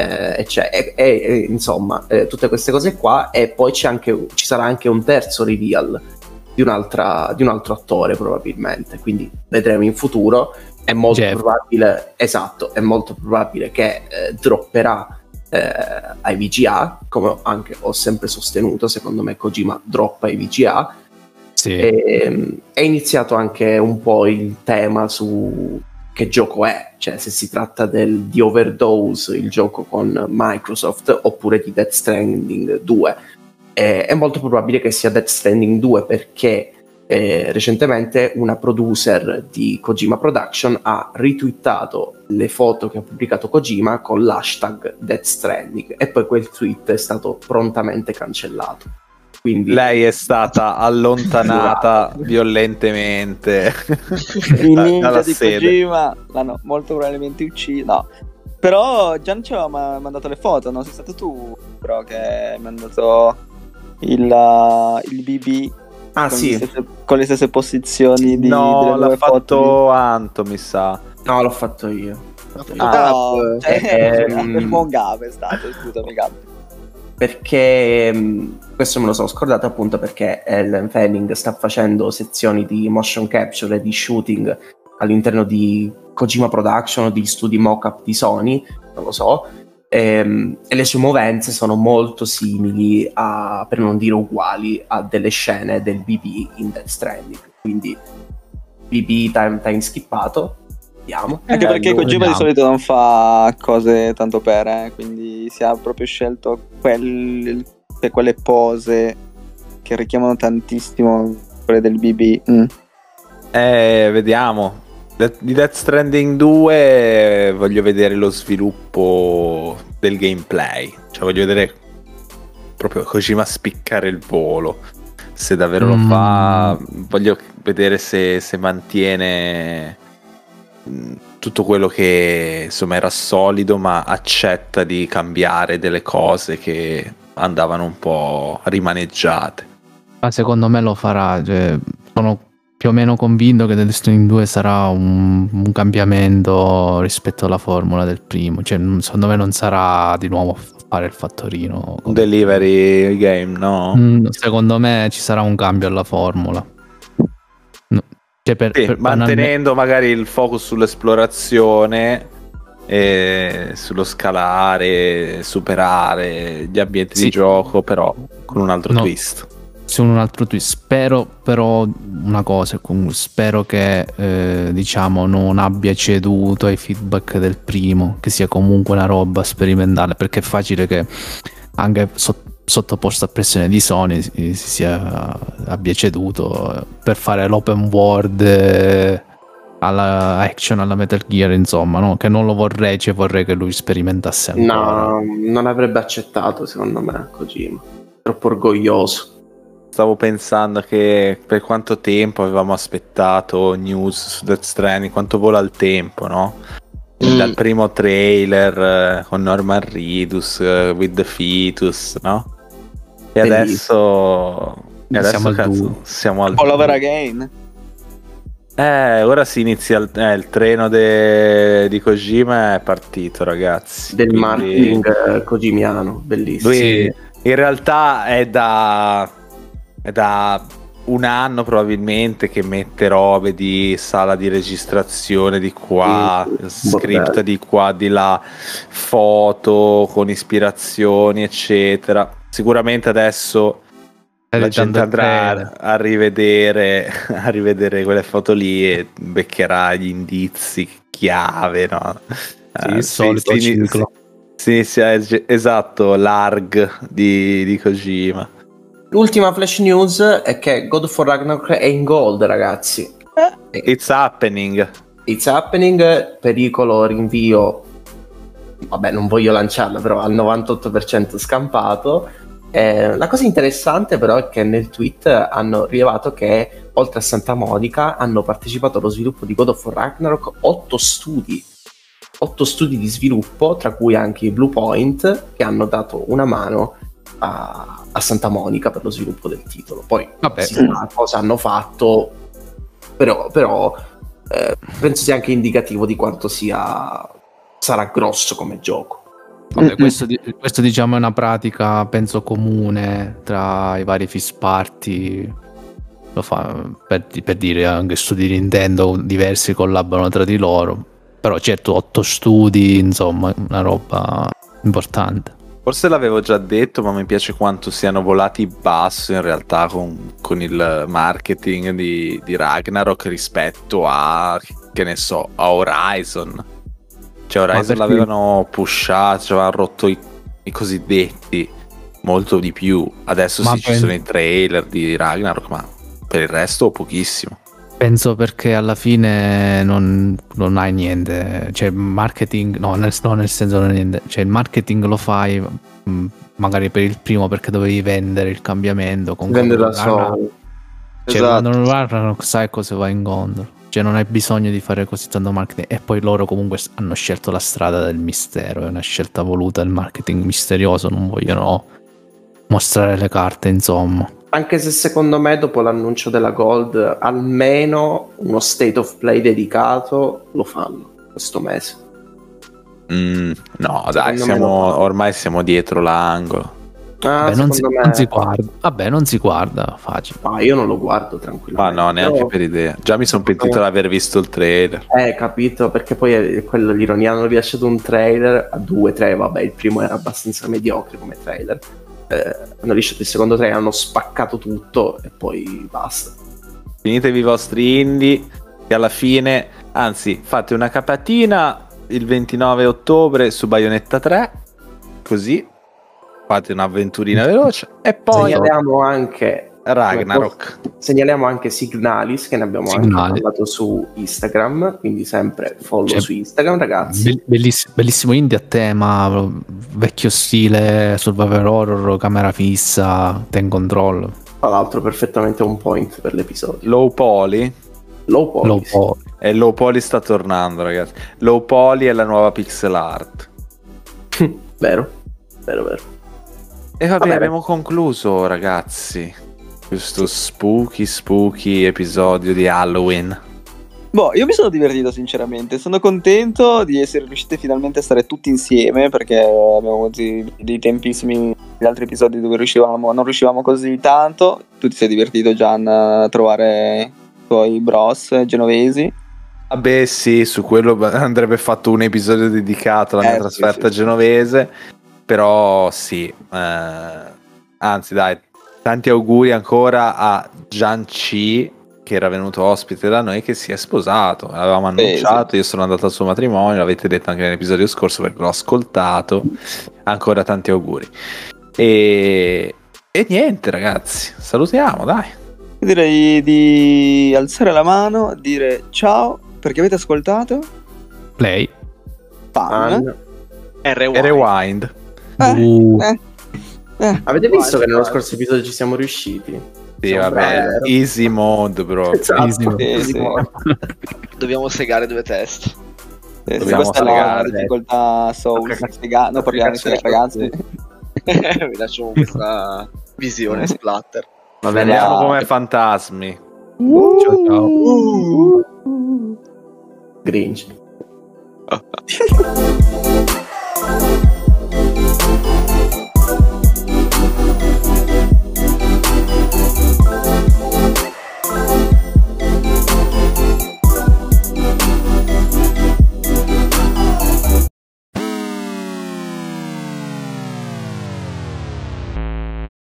insomma, tutte queste cose qua, e poi ci sarà anche un terzo reveal di un altro attore probabilmente, quindi vedremo in futuro. È molto probabile, esatto, è molto probabile che dropperà ai VGA, come anche ho sempre sostenuto. Secondo me Kojima droppa ai VGA. Sì. È iniziato anche un po' il tema su che gioco è, cioè se si tratta di Overdose, il gioco con Microsoft, oppure di Death Stranding 2. È molto probabile che sia Death Stranding 2, perché recentemente una producer di Kojima Production ha retweetato le foto che ha pubblicato Kojima con l'hashtag Death Stranding, e poi quel tweet è stato prontamente cancellato. Quindi lei è stata allontanata violentemente. I ninja di Kojima l'hanno molto probabilmente ucciso. No, però Gian ci aveva mandato le foto, non sei stato tu però che mi ha mandato il BB con le stesse posizioni di l'ha fatto Anto, mi sa. No, l'ho fatto io. Un buon Gabe è stato, scusami Gabe. Perché questo me lo sono scordato, appunto, perché Ellen Fanning sta facendo sezioni di motion capture e di shooting all'interno di Kojima Production o di studi mock-up di Sony, non lo so, e le sue movenze sono molto simili per non dire uguali a delle scene del BB in Death Stranding, quindi BB time skippato. Anche perché Kojima di solito non fa cose tanto per, quindi si ha proprio scelto quelle pose che richiamano tantissimo quelle del BB. Vediamo. Di Death Stranding 2 voglio vedere lo sviluppo del gameplay, cioè voglio vedere proprio Kojima spiccare il volo, se davvero lo fa. Voglio vedere se mantiene tutto quello che insomma era solido, ma accetta di cambiare delle cose che andavano un po' rimaneggiate. Ma secondo me lo farà, cioè, sono più o meno convinto che Death Stranding 2 sarà un cambiamento rispetto alla formula del primo, cioè secondo me non sarà di nuovo fare il fattorino. Un delivery game, no? Secondo me ci sarà un cambio alla formula. Cioè Sì, mantenendo magari il focus sull'esplorazione e sullo scalare, superare gli ambienti di gioco, però con un altro twist. Sì, un altro twist. Spero però una cosa, spero che diciamo non abbia ceduto ai feedback del primo, che sia comunque una roba sperimentale, perché è facile che anche sottoposto a pressione di Sony abbia ceduto per fare l'open world alla action, alla Metal Gear, insomma, no? Che non lo vorrei, cioè vorrei che lui sperimentasse ancora. No, non avrebbe accettato, secondo me, Kojima. Troppo orgoglioso. Stavo pensando che per quanto tempo avevamo aspettato news su Death Stranding, quanto vola il tempo, no? Dal primo trailer con Norman Reedus, With the Fetus, no? E adesso siamo al All Over Again. Ora si inizia il treno di Kojima è partito, ragazzi. Del marketing kojimiano, bellissimo. Lui in realtà è da un anno probabilmente che mette robe di sala di registrazione di qua, script di qua, di là, foto con ispirazioni, eccetera. Sicuramente adesso la gente andrà a rivedere quelle foto lì e beccherà gli indizi chiave, no? Il solito ciclo. Sì, esatto, l'ARG di Kojima. L'ultima flash news è che God of War Ragnarok è in gold, ragazzi. It's happening. It's happening, pericolo rinvio. Vabbè, non voglio lanciarlo, però al 98% scampato. La cosa interessante però è che nel tweet hanno rilevato che oltre a Santa Monica hanno partecipato allo sviluppo di God of War Ragnarok 8 studi di sviluppo, tra cui anche i Blue Point, che hanno dato una mano a Santa Monica per lo sviluppo del titolo. Poi si sa cosa hanno fatto, però penso sia anche indicativo di quanto sarà grosso come gioco. Vabbè, questo diciamo è una pratica penso comune tra i vari first party, lo fa per dire anche studi Nintendo diversi collaborano tra di loro, però certo 8 studi, insomma, una roba importante. Forse l'avevo già detto, ma mi piace quanto siano volati basso in realtà con il marketing di Ragnarok rispetto a, che ne so, a Horizon. Cioè Horizon l'avevano pushato, cioè avevano rotto i cosiddetti molto di più. Adesso ci sono i trailer di Ragnarok, ma per il resto pochissimo. Penso perché alla fine non hai niente, cioè marketing, nel senso non è niente, cioè il marketing lo fai magari per il primo perché dovevi vendere il cambiamento, con vendere la Sony. Cioè quando non sai cosa va in gondolo, cioè non hai bisogno di fare così tanto marketing, e poi loro comunque hanno scelto la strada del mistero, è una scelta voluta, il marketing misterioso, non vogliono mostrare le carte, insomma. Anche se secondo me dopo l'annuncio della Gold almeno uno state of play dedicato lo fanno questo mese. No dai, ormai siamo dietro l'angolo. Non si guarda. Vabbè, non si guarda, facile. Ma io non lo guardo tranquillamente. Ma no, neanche per idea. Già mi sono pentito di aver visto il trailer. Capito, perché poi è quello l'ironia, hanno rilasciato un trailer a 2-3, vabbè, il primo era abbastanza mediocre come trailer. Hanno rilasciato il secondo trailer, hanno spaccato tutto e poi basta. Finitevi i vostri indie che alla fine, anzi, fate una capatina il 29 ottobre su Bayonetta 3, così fate un'avventurina veloce e poi segnaliamo anche Ragnarok. Segnaliamo anche Signalis, che ne abbiamo anche parlato su Instagram, quindi sempre follow su Instagram, ragazzi. Bellissimo indie a tema, vecchio stile, survival horror, camera fissa, ten control. Tra l'altro perfettamente on point per l'episodio. Low poly. E low poly sta tornando, ragazzi. Low poly è la nuova pixel art. Vero. E vabbè, abbiamo concluso, ragazzi, questo spooky episodio di Halloween. Boh, io mi sono divertito sinceramente, sono contento di essere riusciti finalmente a stare tutti insieme perché abbiamo avuto dei tempissimi gli altri episodi dove non riuscivamo così tanto. Tu ti sei divertito, Gian, a trovare i tuoi bros genovesi? Vabbè, sì, su quello andrebbe fatto un episodio dedicato alla mia trasferta genovese, però sì, anzi dai, tanti auguri ancora a Gian C, che era venuto ospite da noi, che si è sposato. L'avevamo annunciato, io sono andato al suo matrimonio, l'avete detto anche nell'episodio scorso perché l'ho ascoltato. Ancora tanti auguri. E niente, ragazzi, salutiamo, dai. Direi di alzare la mano, dire ciao, perché avete ascoltato Play Fan e Rewind. Avete visto che nello scorso episodio ci siamo riusciti? Sì, vabbè, easy mode, bro. Esatto. Sì. Dobbiamo segare due teste. Dobbiamo questa è la spiegare. difficoltà Souls. No, parliamo insieme, ragazzi. Vi lascio questa visione splatter. Va bene, andiamo come fantasmi. ciao. Grinch.